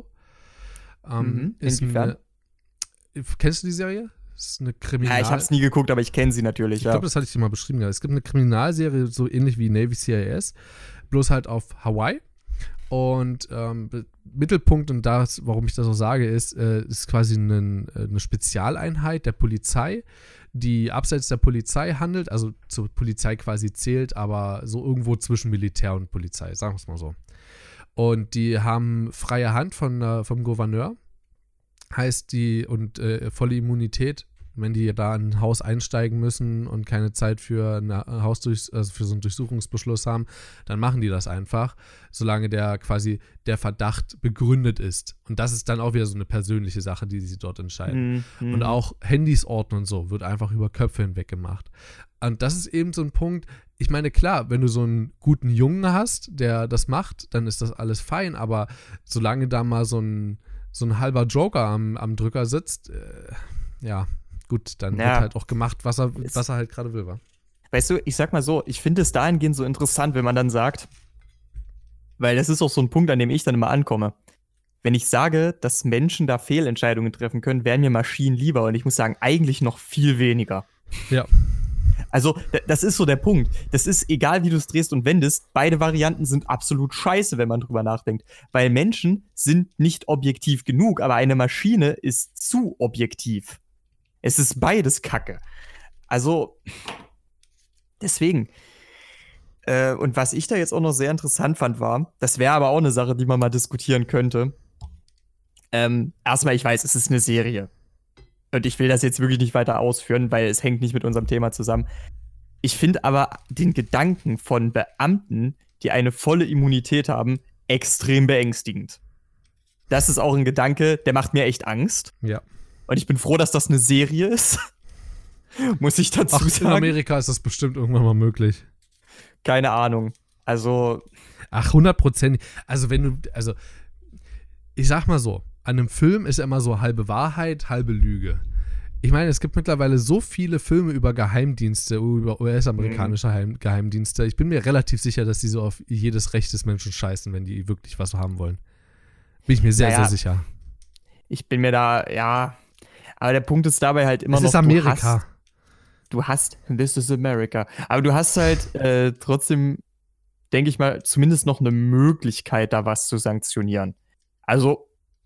Ist Inwiefern? Kennst du die Serie? Das ist eine Kriminal... Ja, ich hab's nie geguckt, aber ich kenne sie natürlich, Ich glaube, das hatte ich dir mal beschrieben. Ja. Es gibt eine Kriminalserie, so ähnlich wie Navy CIS, bloß halt auf Hawaii. Und Mittelpunkt, und das, warum ich das auch sage, ist quasi eine Spezialeinheit der Polizei, die abseits der Polizei handelt, also zur Polizei quasi zählt, aber so irgendwo zwischen Militär und Polizei, sagen wir es mal so. Und die haben freie Hand vom Gouverneur, heißt die, und volle Immunität, wenn die da in ein Haus einsteigen müssen und keine Zeit für für so einen Durchsuchungsbeschluss haben, dann machen die das einfach, solange der Verdacht begründet ist. Und das ist dann auch wieder so eine persönliche Sache, die sie dort entscheiden. Und auch Handys orten und so wird einfach über Köpfe hinweg gemacht. Und das ist eben so ein Punkt, ich meine, klar, wenn du so einen guten Jungen hast, der das macht, dann ist das alles fein, aber solange da mal so ein halber Joker am Drücker sitzt, ja, gut, dann wird halt auch gemacht, was er halt gerade will, wa? Weißt du, ich sag mal so, ich finde es dahingehend so interessant, wenn man dann sagt, weil das ist auch so ein Punkt, an dem ich dann immer ankomme. Wenn ich sage, dass Menschen da Fehlentscheidungen treffen können, wären mir Maschinen lieber, und ich muss sagen, eigentlich noch viel weniger. Ja. Also, das ist so der Punkt. Das ist egal, wie du es drehst und wendest, beide Varianten sind absolut scheiße, wenn man drüber nachdenkt. Weil Menschen sind nicht objektiv genug, aber eine Maschine ist zu objektiv. Es ist beides Kacke. Also, deswegen. Und was ich da jetzt auch noch sehr interessant fand, war, das wäre aber auch eine Sache, die man mal diskutieren könnte. Erstmal, ich weiß, es ist eine Serie. Und ich will das jetzt wirklich nicht weiter ausführen, weil es hängt nicht mit unserem Thema zusammen. Ich finde aber den Gedanken von Beamten, die eine volle Immunität haben, extrem beängstigend. Das ist auch ein Gedanke, der macht mir echt Angst. Ja. Und ich bin froh, dass das eine Serie ist. Muss ich dazu sagen. In Amerika ist das bestimmt irgendwann mal möglich. Keine Ahnung. Also. Ach, 100%. Also ich sag mal so, an einem Film ist ja immer so halbe Wahrheit, halbe Lüge. Ich meine, es gibt mittlerweile so viele Filme über Geheimdienste, über US-amerikanische Geheimdienste. Ich bin mir relativ sicher, dass die so auf jedes Recht des Menschen scheißen, wenn die wirklich was haben wollen. Bin ich mir sehr, sehr sicher. Ich bin mir da, ja. Aber der Punkt ist dabei halt immer noch. Es ist Amerika. This is America. Aber du hast halt trotzdem, denke ich mal, zumindest noch eine Möglichkeit, da was zu sanktionieren. Also,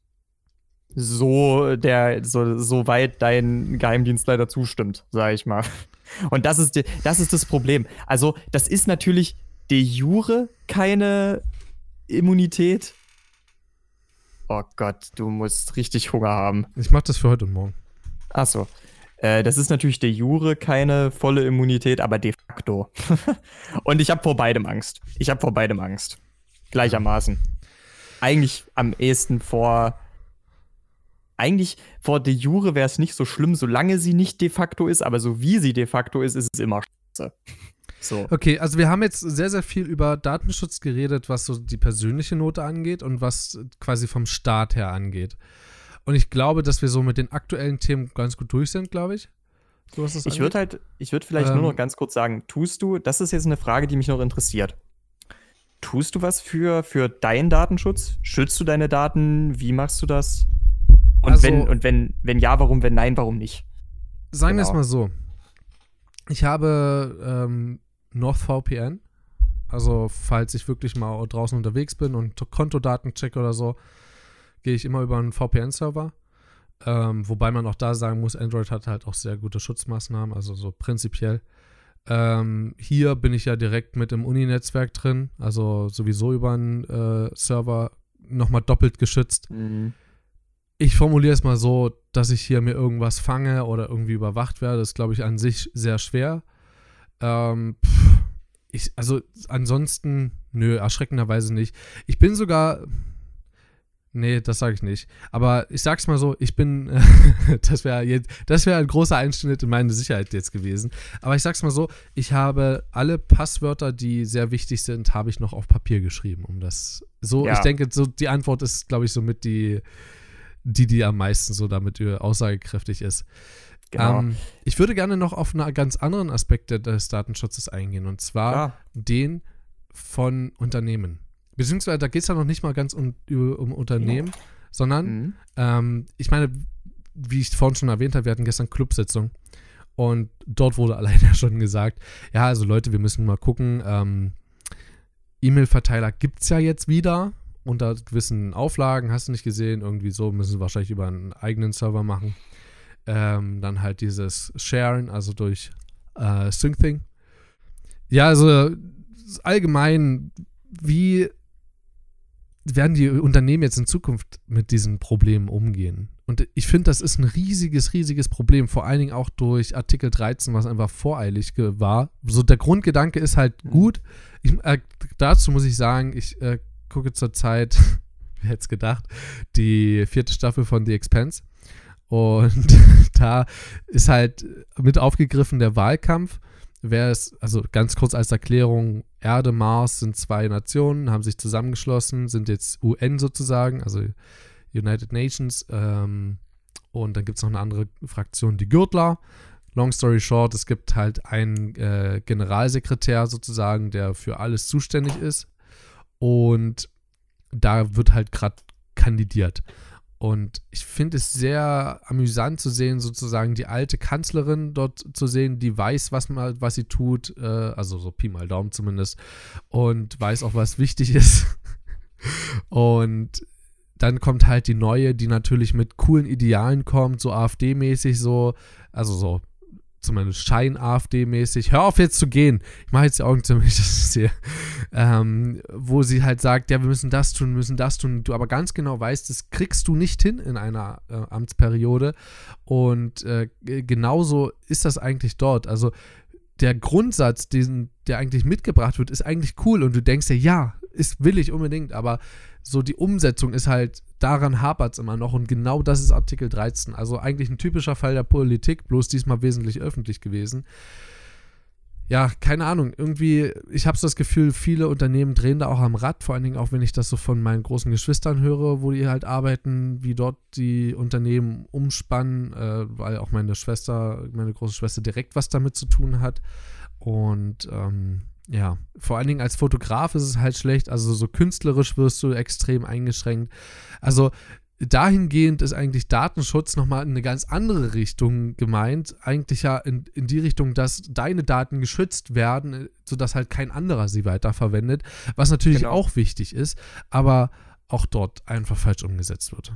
so weit dein Geheimdienstleiter zustimmt, sage ich mal. Und das ist das Problem. Also, das ist natürlich de jure keine Immunität. Oh Gott, du musst richtig Hunger haben. Ich mach das für heute und morgen. Ach so. Das ist natürlich de jure keine volle Immunität, aber de facto. Und ich habe vor beidem Angst. Gleichermaßen. eigentlich am ehesten eigentlich vor de jure wäre es nicht so schlimm, solange sie nicht de facto ist, aber so wie sie de facto ist, ist es immer scheiße. So. Okay, also wir haben jetzt sehr, sehr viel über Datenschutz geredet, was so die persönliche Note angeht und was quasi vom Staat her angeht. Und ich glaube, dass wir so mit den aktuellen Themen ganz gut durch sind, glaube ich. So, was das Ich würde vielleicht nur noch ganz kurz sagen, das ist jetzt eine Frage, die mich noch interessiert. Tust du was für deinen Datenschutz? Schützt du deine Daten? Wie machst du das? Und Also, wenn ja, warum? Wenn nein, warum nicht? Sagen wir es Genau. mal so. Ich habe NordVPN. Also, falls ich wirklich mal draußen unterwegs bin und Kontodaten checke oder so, gehe ich immer über einen VPN-Server. Wobei man auch da sagen muss, Android hat halt auch sehr gute Schutzmaßnahmen, also so prinzipiell. Hier bin ich ja direkt mit im Uni-Netzwerk drin, also sowieso über einen Server nochmal doppelt geschützt. Mhm. Ich formuliere es mal so, dass ich hier mir irgendwas fange oder irgendwie überwacht werde, ist, glaube ich, an sich sehr schwer. Also ansonsten, erschreckenderweise nicht. Ich bin sogar, nee, das sage ich nicht. Aber ich sag's mal so, ich bin, das wäre ein großer Einschnitt in meine Sicherheit jetzt gewesen. Aber ich sag's mal so, ich habe alle Passwörter, die sehr wichtig sind, habe ich noch auf Papier geschrieben, Ja. Ich denke, so die Antwort ist, glaube ich, somit die am meisten so damit aussagekräftig ist. Genau. Ich würde gerne noch auf einen ganz anderen Aspekt des Datenschutzes eingehen, und zwar den von Unternehmen. Beziehungsweise, da geht es ja noch nicht mal ganz um Unternehmen, sondern, ich meine, wie ich vorhin schon erwähnt habe, wir hatten gestern Clubsitzung und dort wurde alleine ja schon gesagt, ja, also Leute, wir müssen mal gucken, E-Mail-Verteiler gibt es ja jetzt wieder unter gewissen Auflagen, hast du nicht gesehen, irgendwie so, müssen sie wahrscheinlich über einen eigenen Server machen. Dann halt dieses Sharen, also durch SyncThing. Ja, also allgemein, wie werden die Unternehmen jetzt in Zukunft mit diesen Problemen umgehen? Und ich finde, das ist ein riesiges, riesiges Problem, vor allen Dingen auch durch Artikel 13, was einfach voreilig war. So, der Grundgedanke ist halt gut. Dazu muss ich sagen, ich gucke zurzeit, wer hätte es gedacht, die 4. Staffel von The Expanse. Und da ist halt mit aufgegriffen der Wahlkampf. Also ganz kurz als Erklärung, Erde, Mars sind 2 Nationen, haben sich zusammengeschlossen, sind jetzt UN sozusagen, also United Nations. Und dann gibt es noch eine andere Fraktion, die Gürtler. Long story short, es gibt halt einen Generalsekretär sozusagen, der für alles zuständig ist. Und da wird halt gerade kandidiert. Und ich finde es sehr amüsant zu sehen, sozusagen die alte Kanzlerin dort zu sehen, die weiß, was sie tut, also so Pi mal Daumen zumindest, und weiß auch, was wichtig ist. Und dann kommt halt die neue, die natürlich mit coolen Idealen kommt, so AfD-mäßig so, also so zumindest Schein-AfD-mäßig. Hör auf jetzt zu gehen. Ich mache jetzt die Augen zu, wenn ich das sehe. Wo sie halt sagt, ja, wir müssen das tun. Du aber ganz genau weißt, das kriegst du nicht hin in einer Amtsperiode. Und genauso ist das eigentlich dort. Also der Grundsatz, der eigentlich mitgebracht wird, ist eigentlich cool. Und du denkst dir, ja, will ich unbedingt. Aber so die Umsetzung ist halt, daran hapert es immer noch, und genau das ist Artikel 13. Also eigentlich ein typischer Fall der Politik, bloß diesmal wesentlich öffentlich gewesen. Ja, keine Ahnung, irgendwie, ich habe so das Gefühl, viele Unternehmen drehen da auch am Rad, vor allen Dingen auch, wenn ich das so von meinen großen Geschwistern höre, wo die halt arbeiten, wie dort die Unternehmen umspannen, weil auch meine große Schwester direkt was damit zu tun hat. Und ja, vor allen Dingen als Fotograf ist es halt schlecht, also so künstlerisch wirst du extrem eingeschränkt. Also dahingehend ist eigentlich Datenschutz nochmal in eine ganz andere Richtung gemeint. Eigentlich ja in die Richtung, dass deine Daten geschützt werden, sodass halt kein anderer sie weiterverwendet, was natürlich auch wichtig ist, aber auch dort einfach falsch umgesetzt wird.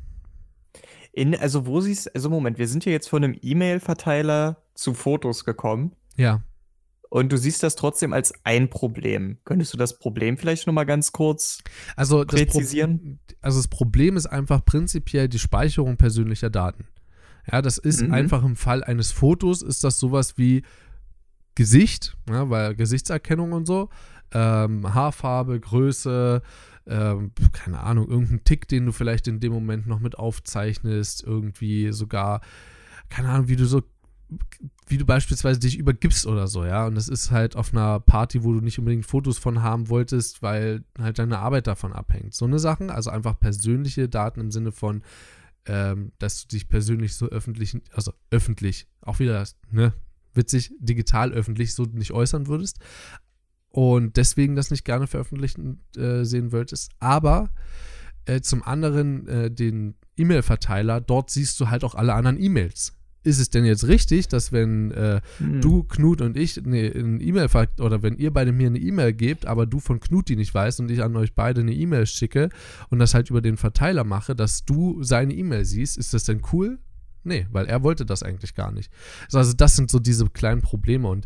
Moment, wir sind ja jetzt von einem E-Mail-Verteiler zu Fotos gekommen. Ja. Und du siehst das trotzdem als ein Problem. Könntest du das Problem vielleicht nochmal ganz kurz präzisieren? Das Problem ist einfach prinzipiell die Speicherung persönlicher Daten. Ja, das ist einfach im Fall eines Fotos, ist das sowas wie Gesicht, ja, weil Gesichtserkennung und so, Haarfarbe, Größe, keine Ahnung, irgendein Tick, den du vielleicht in dem Moment noch mit aufzeichnest, irgendwie sogar, keine Ahnung, wie du beispielsweise dich übergibst oder so, ja, und das ist halt auf einer Party, wo du nicht unbedingt Fotos von haben wolltest, weil halt deine Arbeit davon abhängt. So eine Sachen, also einfach persönliche Daten im Sinne von, dass du dich persönlich so öffentlich, auch wieder, ne, witzig, digital öffentlich so nicht äußern würdest und deswegen das nicht gerne veröffentlichen sehen wolltest, aber zum anderen den E-Mail-Verteiler, dort siehst du halt auch alle anderen E-Mails. Ist es denn jetzt richtig, dass wenn du, Knut und ich ein E-Mail oder wenn ihr beide mir eine E-Mail gebt, aber du von Knut die nicht weißt und ich an euch beide eine E-Mail schicke und das halt über den Verteiler mache, dass du seine E-Mail siehst, ist das denn cool? Nee, weil er wollte das eigentlich gar nicht. Also das sind so diese kleinen Probleme und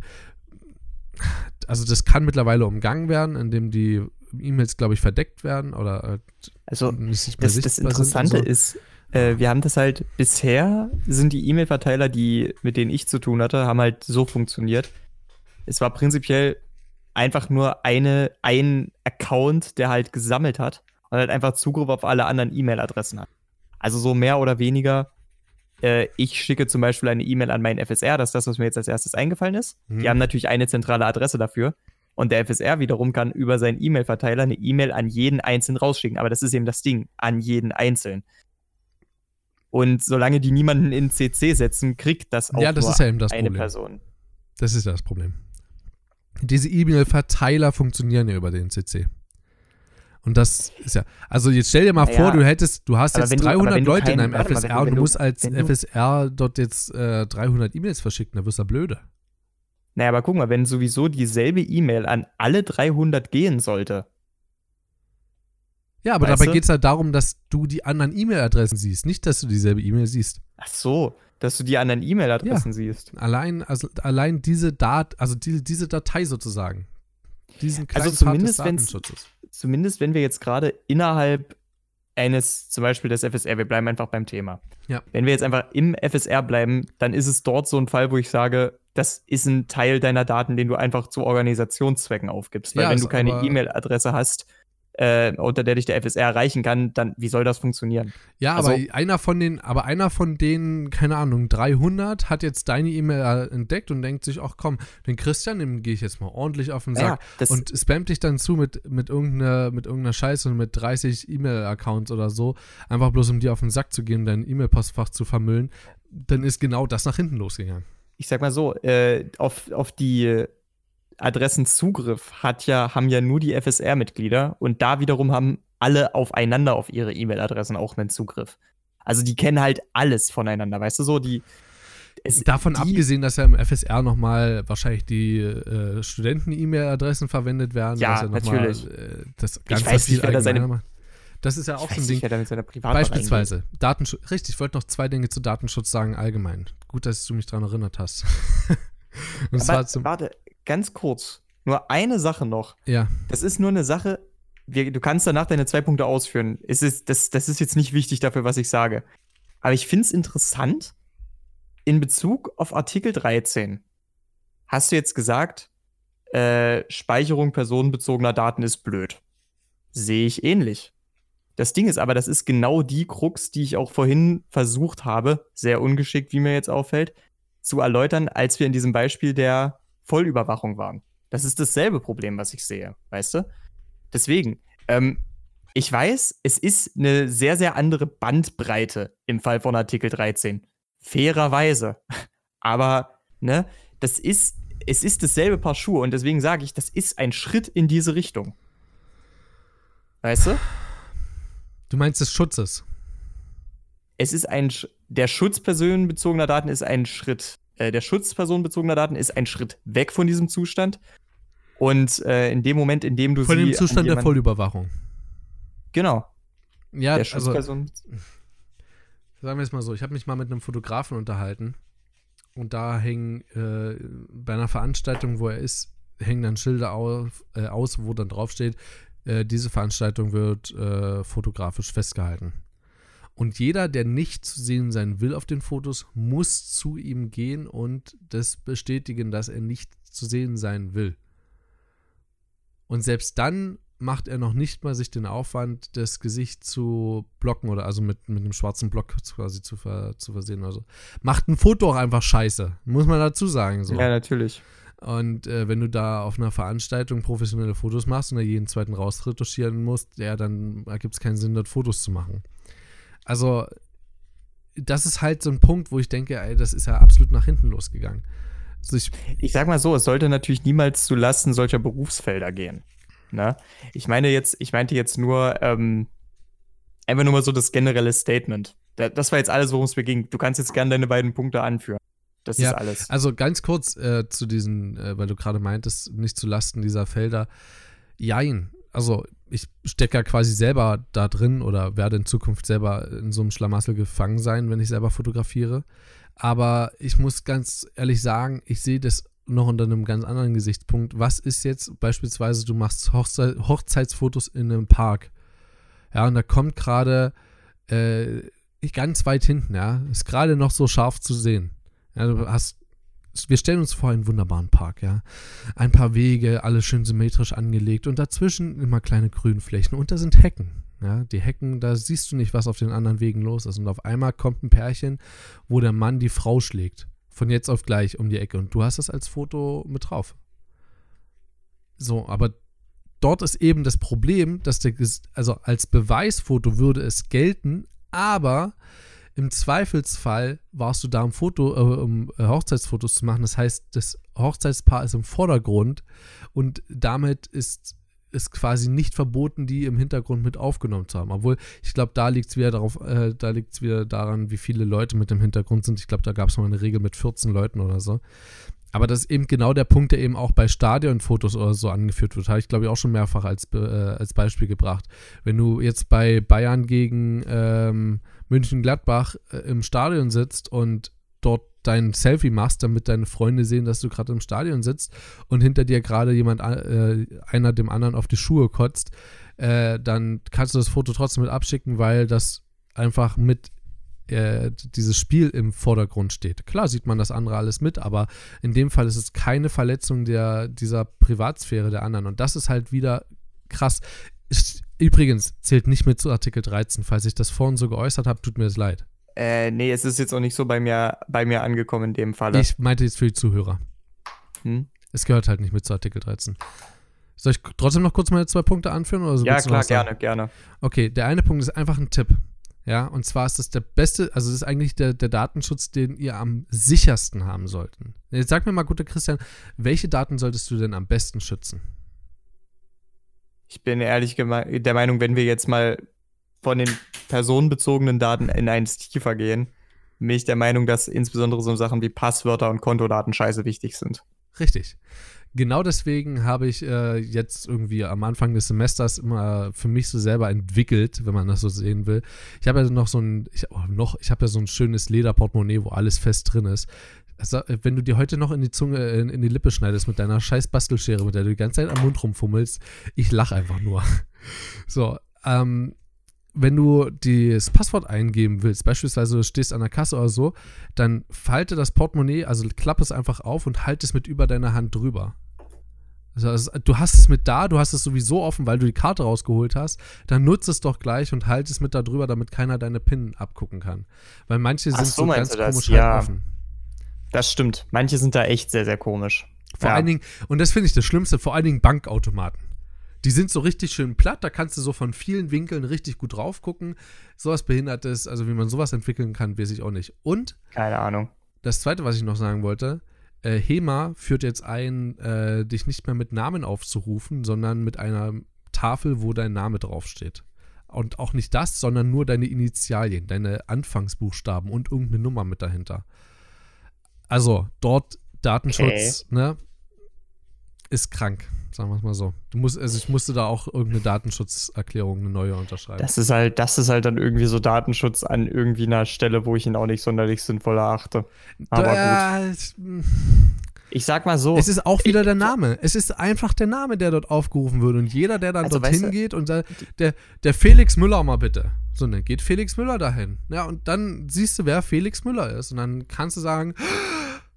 also das kann mittlerweile umgangen werden, indem die E-Mails, glaube ich, verdeckt werden oder also nicht mehr das sichtbar Interessante sind und so. ist, wir haben das halt, bisher sind die E-Mail-Verteiler, mit denen ich zu tun hatte, haben halt so funktioniert. Es war prinzipiell einfach nur ein Account, der halt gesammelt hat und halt einfach Zugriff auf alle anderen E-Mail-Adressen hat. Also so mehr oder weniger, ich schicke zum Beispiel eine E-Mail an meinen FSR, das ist das, was mir jetzt als erstes eingefallen ist. Die haben natürlich eine zentrale Adresse dafür. Und der FSR wiederum kann über seinen E-Mail-Verteiler eine E-Mail an jeden Einzelnen rausschicken. Aber das ist eben das Ding, an jeden Einzelnen. Und solange die niemanden in CC setzen, kriegt das auch das nur ist ja eben das eine Problem. Person. Das ist ja das Problem. Diese E-Mail-Verteiler funktionieren ja über den CC. Und das ist ja, also jetzt stell dir mal vor, du hast jetzt 300 Leute in einem FSR und du musst als FSR dort jetzt 300 E-Mails verschicken, da wirst du blöde. Naja, aber guck mal, wenn sowieso dieselbe E-Mail an alle 300 gehen sollte. Ja, aber dabei geht es halt darum, dass du die anderen E-Mail-Adressen siehst, nicht, dass du dieselbe E-Mail siehst. Ach so, dass du die anderen E-Mail-Adressen siehst. Allein diese diese Datei sozusagen. Diesen kleinen also Part des Datenschutzes. Zumindest wenn wir jetzt gerade innerhalb eines, zum Beispiel des FSR, wir bleiben einfach beim Thema. Ja. Wenn wir jetzt einfach im FSR bleiben, dann ist es dort so ein Fall, wo ich sage, das ist ein Teil deiner Daten, den du einfach zu Organisationszwecken aufgibst. Weil wenn du keine E-Mail-Adresse hast, unter der dich der FSR erreichen kann, dann wie soll das funktionieren? Ja, also, aber einer von denen, keine Ahnung, 300 hat jetzt deine E-Mail entdeckt und denkt sich, ach komm, den Christian, dem gehe ich jetzt mal ordentlich auf den Sack und spammt dich dann zu mit irgendeiner Scheiße und mit 30 E-Mail-Accounts oder so, einfach bloß um dir auf den Sack zu gehen, dein E-Mail-Postfach zu vermüllen, dann ist genau das nach hinten losgegangen. Ich sag mal so, auf die Adressenzugriff haben ja nur die FSR-Mitglieder und da wiederum haben alle aufeinander auf ihre E-Mail-Adressen auch einen Zugriff. Also die kennen halt alles voneinander, weißt du so, davon abgesehen, dass ja im FSR nochmal wahrscheinlich die Studenten-E-Mail-Adressen verwendet werden. Ja, natürlich. Das ganz ich weiß nicht, wer da seine macht. Das ist ja auch so ein Ding. Wer da mit seiner Beispielsweise Datenschutz. Richtig, ich wollte noch 2 Dinge zu Datenschutz sagen allgemein. Gut, dass du mich daran erinnert hast. Und zwar warte, ganz kurz. Nur eine Sache noch. Ja. Das ist nur eine Sache, du kannst danach deine 2 Punkte ausführen. Das ist jetzt nicht wichtig dafür, was ich sage. Aber ich finde es interessant, in Bezug auf Artikel 13 hast du jetzt gesagt, Speicherung personenbezogener Daten ist blöd. Sehe ich ähnlich. Das Ding ist aber, das ist genau die Krux, die ich auch vorhin versucht habe, sehr ungeschickt, wie mir jetzt auffällt, zu erläutern, als wir in diesem Beispiel der Vollüberwachung waren. Das ist dasselbe Problem, was ich sehe, weißt du? Deswegen, ich weiß, es ist eine sehr, sehr andere Bandbreite im Fall von Artikel 13. Fairerweise. Aber, ne, es ist dasselbe Paar Schuhe und deswegen sage ich, das ist ein Schritt in diese Richtung. Weißt du? Du meinst des Schutzes? Es ist der Schutz personenbezogener Daten ist ein Schritt. Der Schutz personenbezogener Daten ist ein Schritt weg von diesem Zustand. Und in dem Moment, in dem du von dem Zustand der Vollüberwachung. Genau. Ja, der Schutz sagen wir es mal so, ich habe mich mal mit einem Fotografen unterhalten und da hängen bei einer Veranstaltung, wo er ist, hängen dann Schilder aus, wo dann draufsteht, diese Veranstaltung wird fotografisch festgehalten. Und jeder, der nicht zu sehen sein will auf den Fotos, muss zu ihm gehen und das bestätigen, dass er nicht zu sehen sein will. Und selbst dann macht er noch nicht mal sich den Aufwand, das Gesicht zu blocken oder also mit einem schwarzen Block quasi zu versehen. Also macht ein Foto auch einfach scheiße, muss man dazu sagen. So. Ja, natürlich. Und wenn du da auf einer Veranstaltung professionelle Fotos machst und da jeden zweiten rausretuschieren musst, ja, dann ergibt es keinen Sinn, dort Fotos zu machen. Also das ist halt so ein Punkt, wo ich denke, ey, das ist ja absolut nach hinten losgegangen. Also ich sag mal so, es sollte natürlich niemals zu Lasten solcher Berufsfelder gehen. Ne? Ich meinte jetzt nur einfach nur mal so das generelle Statement. Das war jetzt alles, worum es mir ging. Du kannst jetzt gerne deine beiden Punkte anführen. Das ist alles. Also ganz kurz zu diesen, weil du gerade meintest, nicht zu Lasten dieser Felder. Jein. Also ich stecke ja quasi selber da drin oder werde in Zukunft selber in so einem Schlamassel gefangen sein, wenn ich selber fotografiere. Aber ich muss ganz ehrlich sagen, ich sehe das noch unter einem ganz anderen Gesichtspunkt. Was ist jetzt beispielsweise, du machst Hochzeitsfotos in einem Park. Ja, und da kommt gerade ganz weit hinten, ja, ist gerade noch so scharf zu sehen. Ja, wir stellen uns vor einen wunderbaren Park, ja. Ein paar Wege, alles schön symmetrisch angelegt und dazwischen immer kleine Grünflächen und da sind Hecken. Ja, die Hecken, da siehst du nicht, was auf den anderen Wegen los ist. Und auf einmal kommt ein Pärchen, wo der Mann die Frau schlägt. Von jetzt auf gleich um die Ecke. Und du hast das als Foto mit drauf. So, aber dort ist eben das Problem, dass also als Beweisfoto würde es gelten, aber im Zweifelsfall warst du da um Hochzeitsfotos zu machen. Das heißt, das Hochzeitspaar ist im Vordergrund und damit ist es quasi nicht verboten, die im Hintergrund mit aufgenommen zu haben. Obwohl, ich glaube, da liegt es wieder daran, wie viele Leute mit im Hintergrund sind. Ich glaube, da gab es mal eine Regel mit 14 Leuten oder so. Aber das ist eben genau der Punkt, der eben auch bei Stadionfotos oder so angeführt wird. Habe ich, glaube ich, auch schon mehrfach als Beispiel gebracht. Wenn du jetzt bei Bayern gegen Mönchengladbach im Stadion sitzt und dort dein Selfie machst, damit deine Freunde sehen, dass du gerade im Stadion sitzt und hinter dir gerade einer dem anderen auf die Schuhe kotzt, dann kannst du das Foto trotzdem mit abschicken, weil das einfach mit dieses Spiel im Vordergrund steht. Klar sieht man das andere alles mit, aber in dem Fall ist es keine Verletzung dieser Privatsphäre der anderen und das ist halt wieder krass. Übrigens zählt nicht mit zu Artikel 13, falls ich das vorhin so geäußert habe, tut mir das leid. Nee, es ist jetzt auch nicht so bei mir angekommen in dem Fall. Ich meinte jetzt für die Zuhörer. Es gehört halt nicht mit zu Artikel 13. Soll ich trotzdem noch kurz meine 2 Punkte anführen? Oder so? Ja, klar, gerne. Okay, der eine Punkt ist einfach ein Tipp. Ja, und zwar ist das der beste, also das ist eigentlich der Datenschutz, den ihr am sichersten haben sollten. Jetzt sag mir mal, guter Christian, welche Daten solltest du denn am besten schützen? Ich bin ehrlich der Meinung, wenn wir jetzt mal von den personenbezogenen Daten in eins tiefer gehen, bin ich der Meinung, dass insbesondere so Sachen wie Passwörter und Kontodaten scheiße wichtig sind. Richtig. Genau deswegen habe ich jetzt irgendwie am Anfang des Semesters immer für mich so selber entwickelt, wenn man das so sehen will. Ich habe ja noch so ein schönes Lederportemonnaie, wo alles fest drin ist. Also, wenn du dir heute noch in die Zunge, in die Lippe schneidest mit deiner scheiß Bastelschere, mit der du die ganze Zeit am Mund rumfummelst, ich lache einfach nur. So, wenn du das Passwort eingeben willst, beispielsweise du stehst an der Kasse oder so, dann falte das Portemonnaie, also klappe es einfach auf und halte es mit über deiner Hand drüber. Also du hast es mit da, du hast es sowieso offen, weil du die Karte rausgeholt hast, dann nutze es doch gleich und halte es mit da drüber, damit keiner deine PIN abgucken kann. Weil manche sind so ganz komisch halt offen. Das stimmt. Manche sind da echt sehr, sehr komisch. Vor allen Dingen, und das finde ich das Schlimmste, vor allen Dingen Bankautomaten. Die sind so richtig schön platt, da kannst du so von vielen Winkeln richtig gut drauf gucken. Sowas Behindertes, also wie man sowas entwickeln kann, weiß ich auch nicht. Und keine Ahnung. Das Zweite, was ich noch sagen wollte, HEMA führt jetzt ein, dich nicht mehr mit Namen aufzurufen, sondern mit einer Tafel, wo dein Name draufsteht. Und auch nicht das, sondern nur deine Initialien, deine Anfangsbuchstaben und irgendeine Nummer mit dahinter. Also dort Datenschutz, ne, ist krank, sagen wir es mal so. Ich musste da auch irgendeine Datenschutzerklärung, eine neue unterschreiben. Das ist halt dann irgendwie so Datenschutz an irgendwie einer Stelle, wo ich ihn auch nicht sonderlich sinnvoll erachte. Aber gut. Ich sag mal so. Es ist auch wieder der Name. Es ist einfach der Name, der dort aufgerufen wird. Und jeder, der dann dorthin geht und sagt, der Felix Müller mal bitte. So, dann geht Felix Müller dahin. Ja, und dann siehst du, wer Felix Müller ist. Und dann kannst du sagen,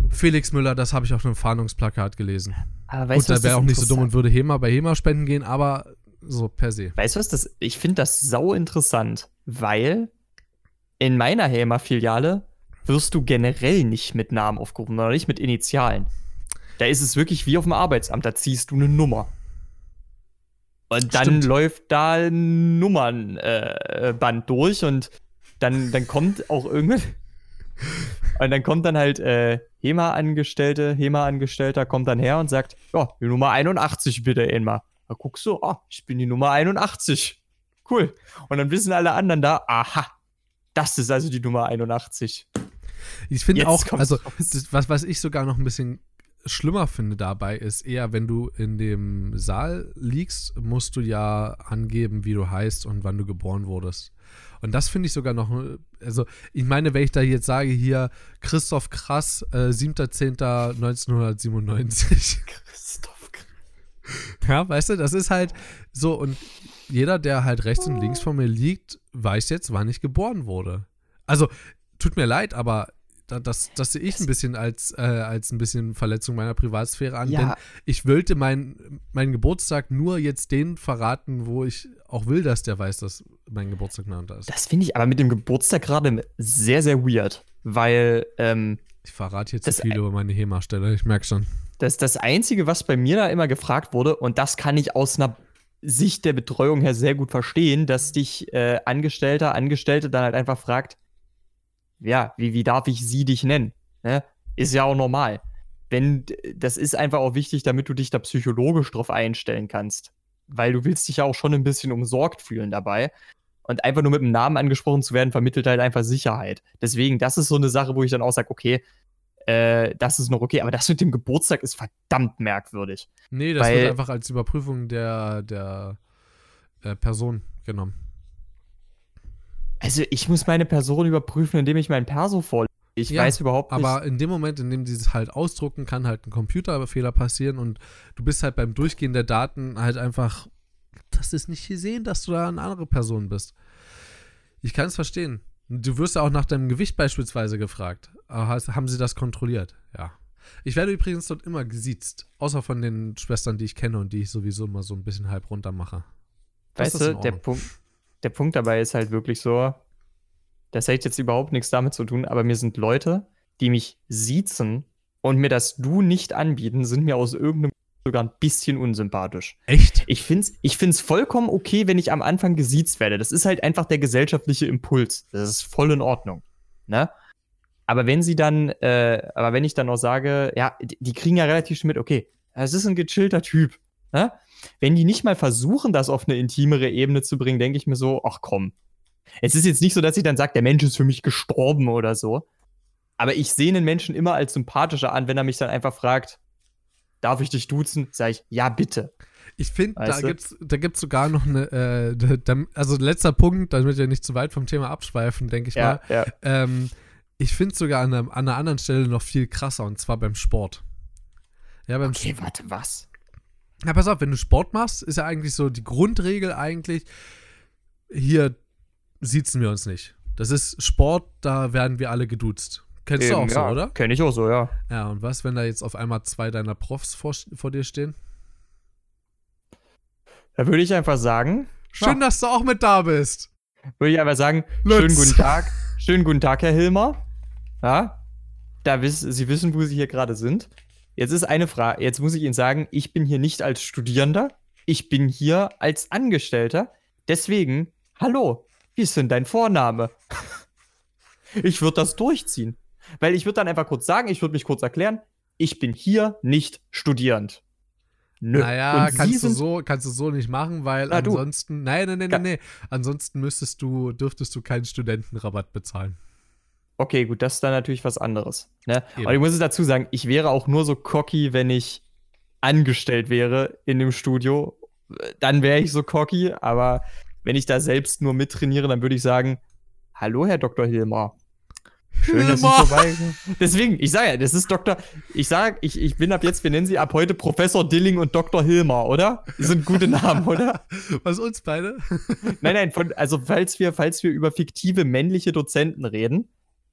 Felix Müller, das habe ich auf einem Fahndungsplakat gelesen. Aber weißt Gut, du, da wäre auch nicht so dumm und interessant- würde bei HEMA spenden gehen, aber so per se. Weißt du was, ich finde das sau interessant, weil in meiner HEMA-Filiale wirst du generell nicht mit Namen aufgerufen, sondern nicht mit Initialen. Da ist es wirklich wie auf dem Arbeitsamt, da ziehst du eine Nummer. Und dann Stimmt. läuft da ein Nummernband durch und dann kommt auch irgendwann. Und dann kommt dann halt HEMA-Angestellter kommt dann her und sagt, ja, die Nummer 81 bitte einmal. Da guckst du, ich bin die Nummer 81. Cool. Und dann wissen alle anderen da, aha, das ist also die Nummer 81. Ich finde Jetzt auch, kommt's also raus. was ich sogar noch ein bisschen schlimmer finde dabei, ist eher, wenn du in dem Saal liegst, musst du ja angeben, wie du heißt und wann du geboren wurdest. Und das finde ich sogar noch, also ich meine, wenn ich da jetzt sage, hier Christoph Krass, 7.10.1997. Christoph. Ja, weißt du, das ist halt so, und jeder, der halt rechts und links von mir liegt, weiß jetzt, wann ich geboren wurde. Also, tut mir leid, aber das sehe ich ein bisschen als ein bisschen Verletzung meiner Privatsphäre an, Ja. denn ich wollte meinen Geburtstag nur jetzt denen verraten, wo ich auch will, dass der weiß, dass mein Geburtstag nah da ist. Das finde ich aber mit dem Geburtstag gerade sehr, sehr weird, weil Ich verrate jetzt das zu viel über meine HEMA-Stelle, ich merke schon. das Einzige, was bei mir da immer gefragt wurde, und das kann ich aus einer Sicht der Betreuung her sehr gut verstehen, dass dich Angestellte dann halt einfach fragt, ja, wie darf ich sie dich nennen? Ne? Ist ja auch normal. Das ist einfach auch wichtig, damit du dich da psychologisch drauf einstellen kannst. Weil du willst dich ja auch schon ein bisschen umsorgt fühlen dabei. Und einfach nur mit dem Namen angesprochen zu werden, vermittelt halt einfach Sicherheit. Deswegen, das ist so eine Sache, wo ich dann auch sage, okay, das ist noch okay, aber das mit dem Geburtstag ist verdammt merkwürdig. Nee, das Weil- wird einfach als Überprüfung der Person genommen. Also ich muss meine Person überprüfen, indem ich mein Perso vorlege. Ich Ja, weiß überhaupt nicht. Aber in dem Moment, in dem sie es halt ausdrucken, kann halt ein Computerfehler passieren und du bist halt beim Durchgehen der Daten halt einfach, das ist nicht gesehen, dass du da eine andere Person bist. Ich kann es verstehen. Du wirst ja auch nach deinem Gewicht beispielsweise gefragt. Haben sie das kontrolliert? Ja. Ich werde übrigens dort immer gesiezt. Außer von den Schwestern, die ich kenne und die ich sowieso immer so ein bisschen halb runter mache. Das Weißt ist in du, der Ordnung. Punkt dabei ist halt wirklich so, das hat jetzt überhaupt nichts damit zu tun, aber mir sind Leute, die mich siezen und mir das Du nicht anbieten, sind mir aus irgendeinem Grund sogar ein bisschen unsympathisch. Echt? Ich find's vollkommen okay, wenn ich am Anfang gesiezt werde. Das ist halt einfach der gesellschaftliche Impuls. Das ist voll in Ordnung. Ne? Aber wenn ich dann auch sage, ja, die kriegen ja relativ schnell mit, okay, das ist ein gechillter Typ. Ne? Wenn die nicht mal versuchen, das auf eine intimere Ebene zu bringen, denke ich mir so, ach komm. Es ist jetzt nicht so, dass ich dann sage, der Mensch ist für mich gestorben oder so. Aber ich sehe einen Menschen immer als sympathischer an, wenn er mich dann einfach fragt, darf ich dich duzen? Sage ich, ja, bitte. Ich finde, Weißt du? da gibt's sogar noch eine, also letzter Punkt, damit wir nicht zu weit vom Thema abschweifen, denke ich mal. Ja. Ich finde es sogar an einer anderen Stelle noch viel krasser, und zwar beim Sport. Ja, Okay, warte, was? Ja, pass auf, wenn du Sport machst, ist ja eigentlich so die Grundregel eigentlich, hier siezen wir uns nicht. Das ist Sport, da werden wir alle geduzt. Kennst du auch so, oder? Kenn ich auch so, ja. Ja, und was, wenn da jetzt auf einmal 2 deiner Profs vor dir stehen? Da würde ich einfach sagen, Schön, dass du auch mit da bist. schönen Lutz. guten Tag. Schönen guten Tag, Herr Hilmer. Ja, Sie wissen, wo Sie hier gerade sind. Jetzt ist eine Frage, jetzt muss ich Ihnen sagen, ich bin hier nicht als Studierender, ich bin hier als Angestellter. Deswegen, hallo, wie ist denn dein Vorname? Ich würde das durchziehen. Weil ich würde dann einfach kurz sagen, ich würde mich kurz erklären, ich bin hier nicht studierend. Nö. Naja, Und Sie kannst du sind so nicht machen, weil Na, du. ansonsten, nee. Ansonsten dürftest du keinen Studentenrabatt bezahlen. Okay, gut, das ist dann natürlich was anderes. Ne? Eben. Aber ich muss es dazu sagen, ich wäre auch nur so cocky, wenn ich angestellt wäre in dem Studio. Dann wäre ich so cocky, aber wenn ich da selbst nur mittrainiere, dann würde ich sagen, hallo, Herr Dr. Hilmer. Schön, dass Sie Hilmer. vorbeikommen. Deswegen, ich sage ja, das ist ich bin ab jetzt, wir nennen Sie ab heute Professor Dilling und Dr. Hilmer, oder? Das sind gute Namen, oder? Was uns beide? Nein, falls wir über fiktive männliche Dozenten reden,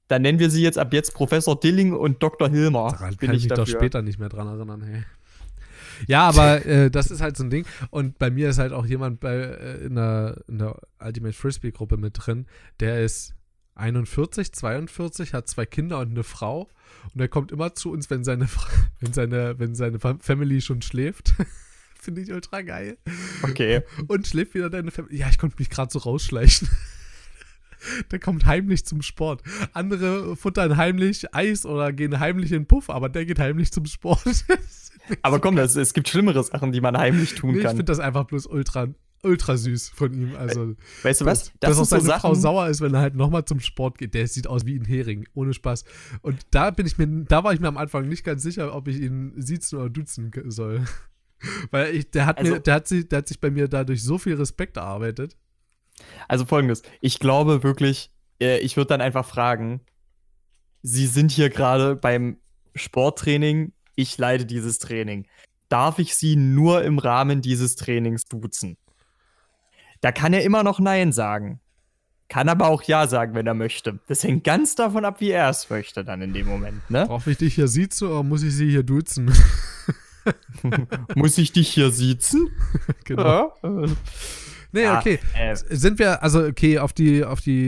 Dann nennen wir sie jetzt ab jetzt Professor Dilling und Dr. Hilmer. Daran kann ich mich doch später nicht mehr dran erinnern, hey. Ja, aber das ist halt so ein Ding. Und bei mir ist halt auch jemand in der Ultimate Frisbee-Gruppe mit drin, der ist 41, 42, hat 2 Kinder und eine Frau. Und er kommt immer zu uns, wenn seine Family schon schläft. Finde ich ultra geil. Okay. Und schläft wieder deine Family. Ja, ich konnte mich gerade so rausschleichen. Der kommt heimlich zum Sport. Andere futtern heimlich Eis oder gehen heimlich in den Puff, aber der geht heimlich zum Sport. Aber komm, es gibt schlimmere Sachen, die man heimlich tun Ich kann. finde das einfach bloß ultra süß von ihm. Also, weißt du was? Dass auch sind seine so Frau sauer ist, wenn er halt nochmal zum Sport geht. Der sieht aus wie ein Hering, ohne Spaß. Und da war ich mir am Anfang nicht ganz sicher, ob ich ihn siezen oder duzen soll. Weil der hat sich bei mir dadurch so viel Respekt erarbeitet. Also Folgendes, ich glaube wirklich, ich würde dann einfach fragen, Sie sind hier gerade beim Sporttraining, ich leite dieses Training. Darf ich Sie nur im Rahmen dieses Trainings duzen? Da kann er immer noch Nein sagen. Kann aber auch Ja sagen, wenn er möchte. Das hängt ganz davon ab, wie er es möchte dann in dem Moment, ne? Brauche ich dich hier siezen oder muss ich sie hier duzen? Muss ich dich hier siezen? Genau. Ja. Nee, okay. Sind wir, also okay, auf die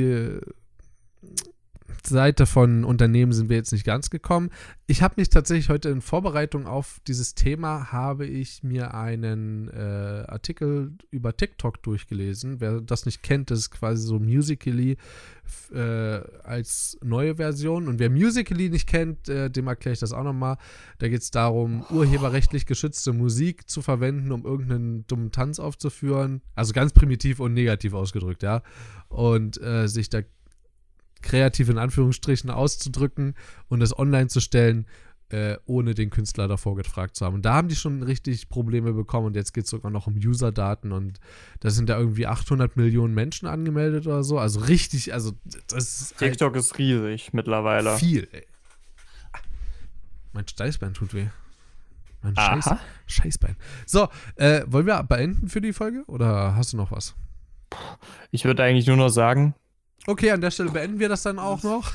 Seite von Unternehmen sind wir jetzt nicht ganz gekommen. Ich habe mich tatsächlich heute in Vorbereitung auf dieses Thema, habe ich mir einen Artikel über TikTok durchgelesen. Wer das nicht kennt, das ist quasi so Musical.ly als neue Version. Und wer Musical.ly nicht kennt, dem erkläre ich das auch nochmal. Da geht es darum, urheberrechtlich geschützte Musik zu verwenden, um irgendeinen dummen Tanz aufzuführen. Also ganz primitiv und negativ ausgedrückt, ja. Und sich da kreativ in Anführungsstrichen auszudrücken und es online zu stellen, ohne den Künstler davor gefragt zu haben. Und da haben die schon richtig Probleme bekommen und jetzt geht es sogar noch um User-Daten und da sind ja irgendwie 800 Millionen Menschen angemeldet oder so. Also richtig, also das ist TikTok ist riesig mittlerweile. Viel, ey. Mein Steißbein tut weh. Mein Scheißbein. So, wollen wir beenden für die Folge oder hast du noch was? Ich würde eigentlich nur noch sagen, okay, an der Stelle beenden wir das dann auch noch.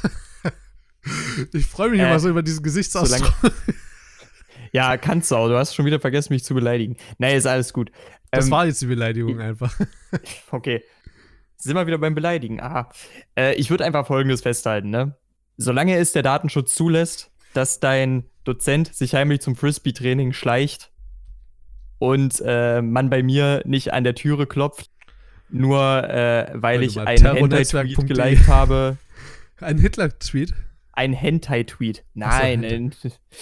Ich freue mich immer so über diesen Gesichtsausdruck. Ja, kannst du auch. Du hast schon wieder vergessen, mich zu beleidigen. Nee, ist alles gut. Das war jetzt die Beleidigung einfach. Okay. Sind wir wieder beim Beleidigen. Aha. Ich würde einfach Folgendes festhalten, ne? Solange es der Datenschutz zulässt, dass dein Dozent sich heimlich zum Frisbee-Training schleicht und man bei mir nicht an der Türe klopft, nur weil ich einen Hentai-Tweet geliked habe. Ein Hitler-Tweet? Ein Hentai-Tweet. Nein.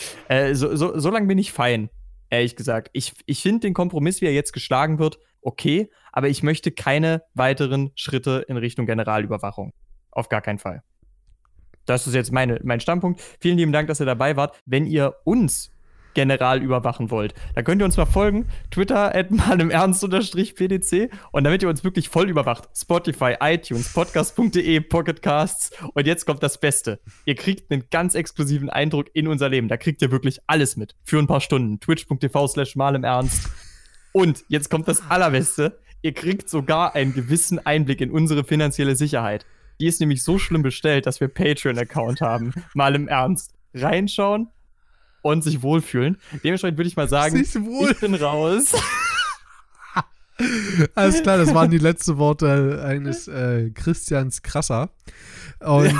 So lange bin ich fein, ehrlich gesagt. Ich finde den Kompromiss, wie er jetzt geschlagen wird, okay, aber ich möchte keine weiteren Schritte in Richtung Generalüberwachung. Auf gar keinen Fall. Das ist jetzt mein Standpunkt. Vielen lieben Dank, dass ihr dabei wart. Wenn ihr uns general überwachen wollt, dann könnt ihr uns mal folgen. Twitter @malimernst_pdc und damit ihr uns wirklich voll überwacht, Spotify, iTunes, podcast.de, Pocketcasts und jetzt kommt das Beste. Ihr kriegt einen ganz exklusiven Eindruck in unser Leben. Da kriegt ihr wirklich alles mit. Für ein paar Stunden. Twitch.tv/malimernst und jetzt kommt das Allerbeste. Ihr kriegt sogar einen gewissen Einblick in unsere finanzielle Sicherheit. Die ist nämlich so schlimm bestellt, dass wir Patreon-Account haben. Mal im Ernst. Reinschauen und sich wohlfühlen. Dementsprechend würde ich mal sagen, ich bin raus. Alles klar, das waren die letzten Worte eines Christians Krasser. Und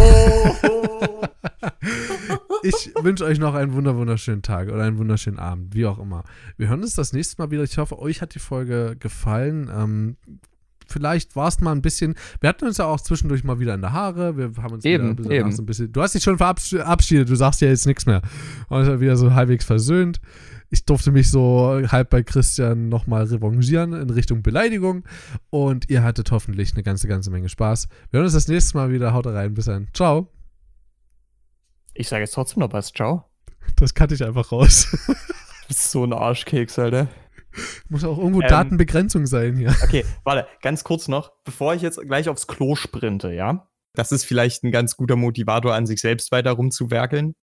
ich wünsche euch noch einen wunderschönen Tag oder einen wunderschönen Abend, wie auch immer. Wir hören uns das nächste Mal wieder. Ich hoffe, euch hat die Folge gefallen. Vielleicht war es mal ein bisschen, wir hatten uns ja auch zwischendurch mal wieder in der Haare, wir haben uns eben. So ein bisschen, du hast dich schon verabschiedet, du sagst ja jetzt nichts mehr. Und wieder so halbwegs versöhnt. Ich durfte mich so halb bei Christian nochmal revanchieren in Richtung Beleidigung und ihr hattet hoffentlich eine ganze Menge Spaß. Wir hören uns das nächste Mal wieder, haut rein, bis dann. Ciao. Ich sage jetzt trotzdem noch was, ciao. Das cutte ich einfach raus. Du bist so ein Arschkeks, Alter. Muss auch irgendwo Datenbegrenzung sein hier. Okay, warte, ganz kurz noch, bevor ich jetzt gleich aufs Klo sprinte, ja? Das ist vielleicht ein ganz guter Motivator, an sich selbst weiter rumzuwerkeln.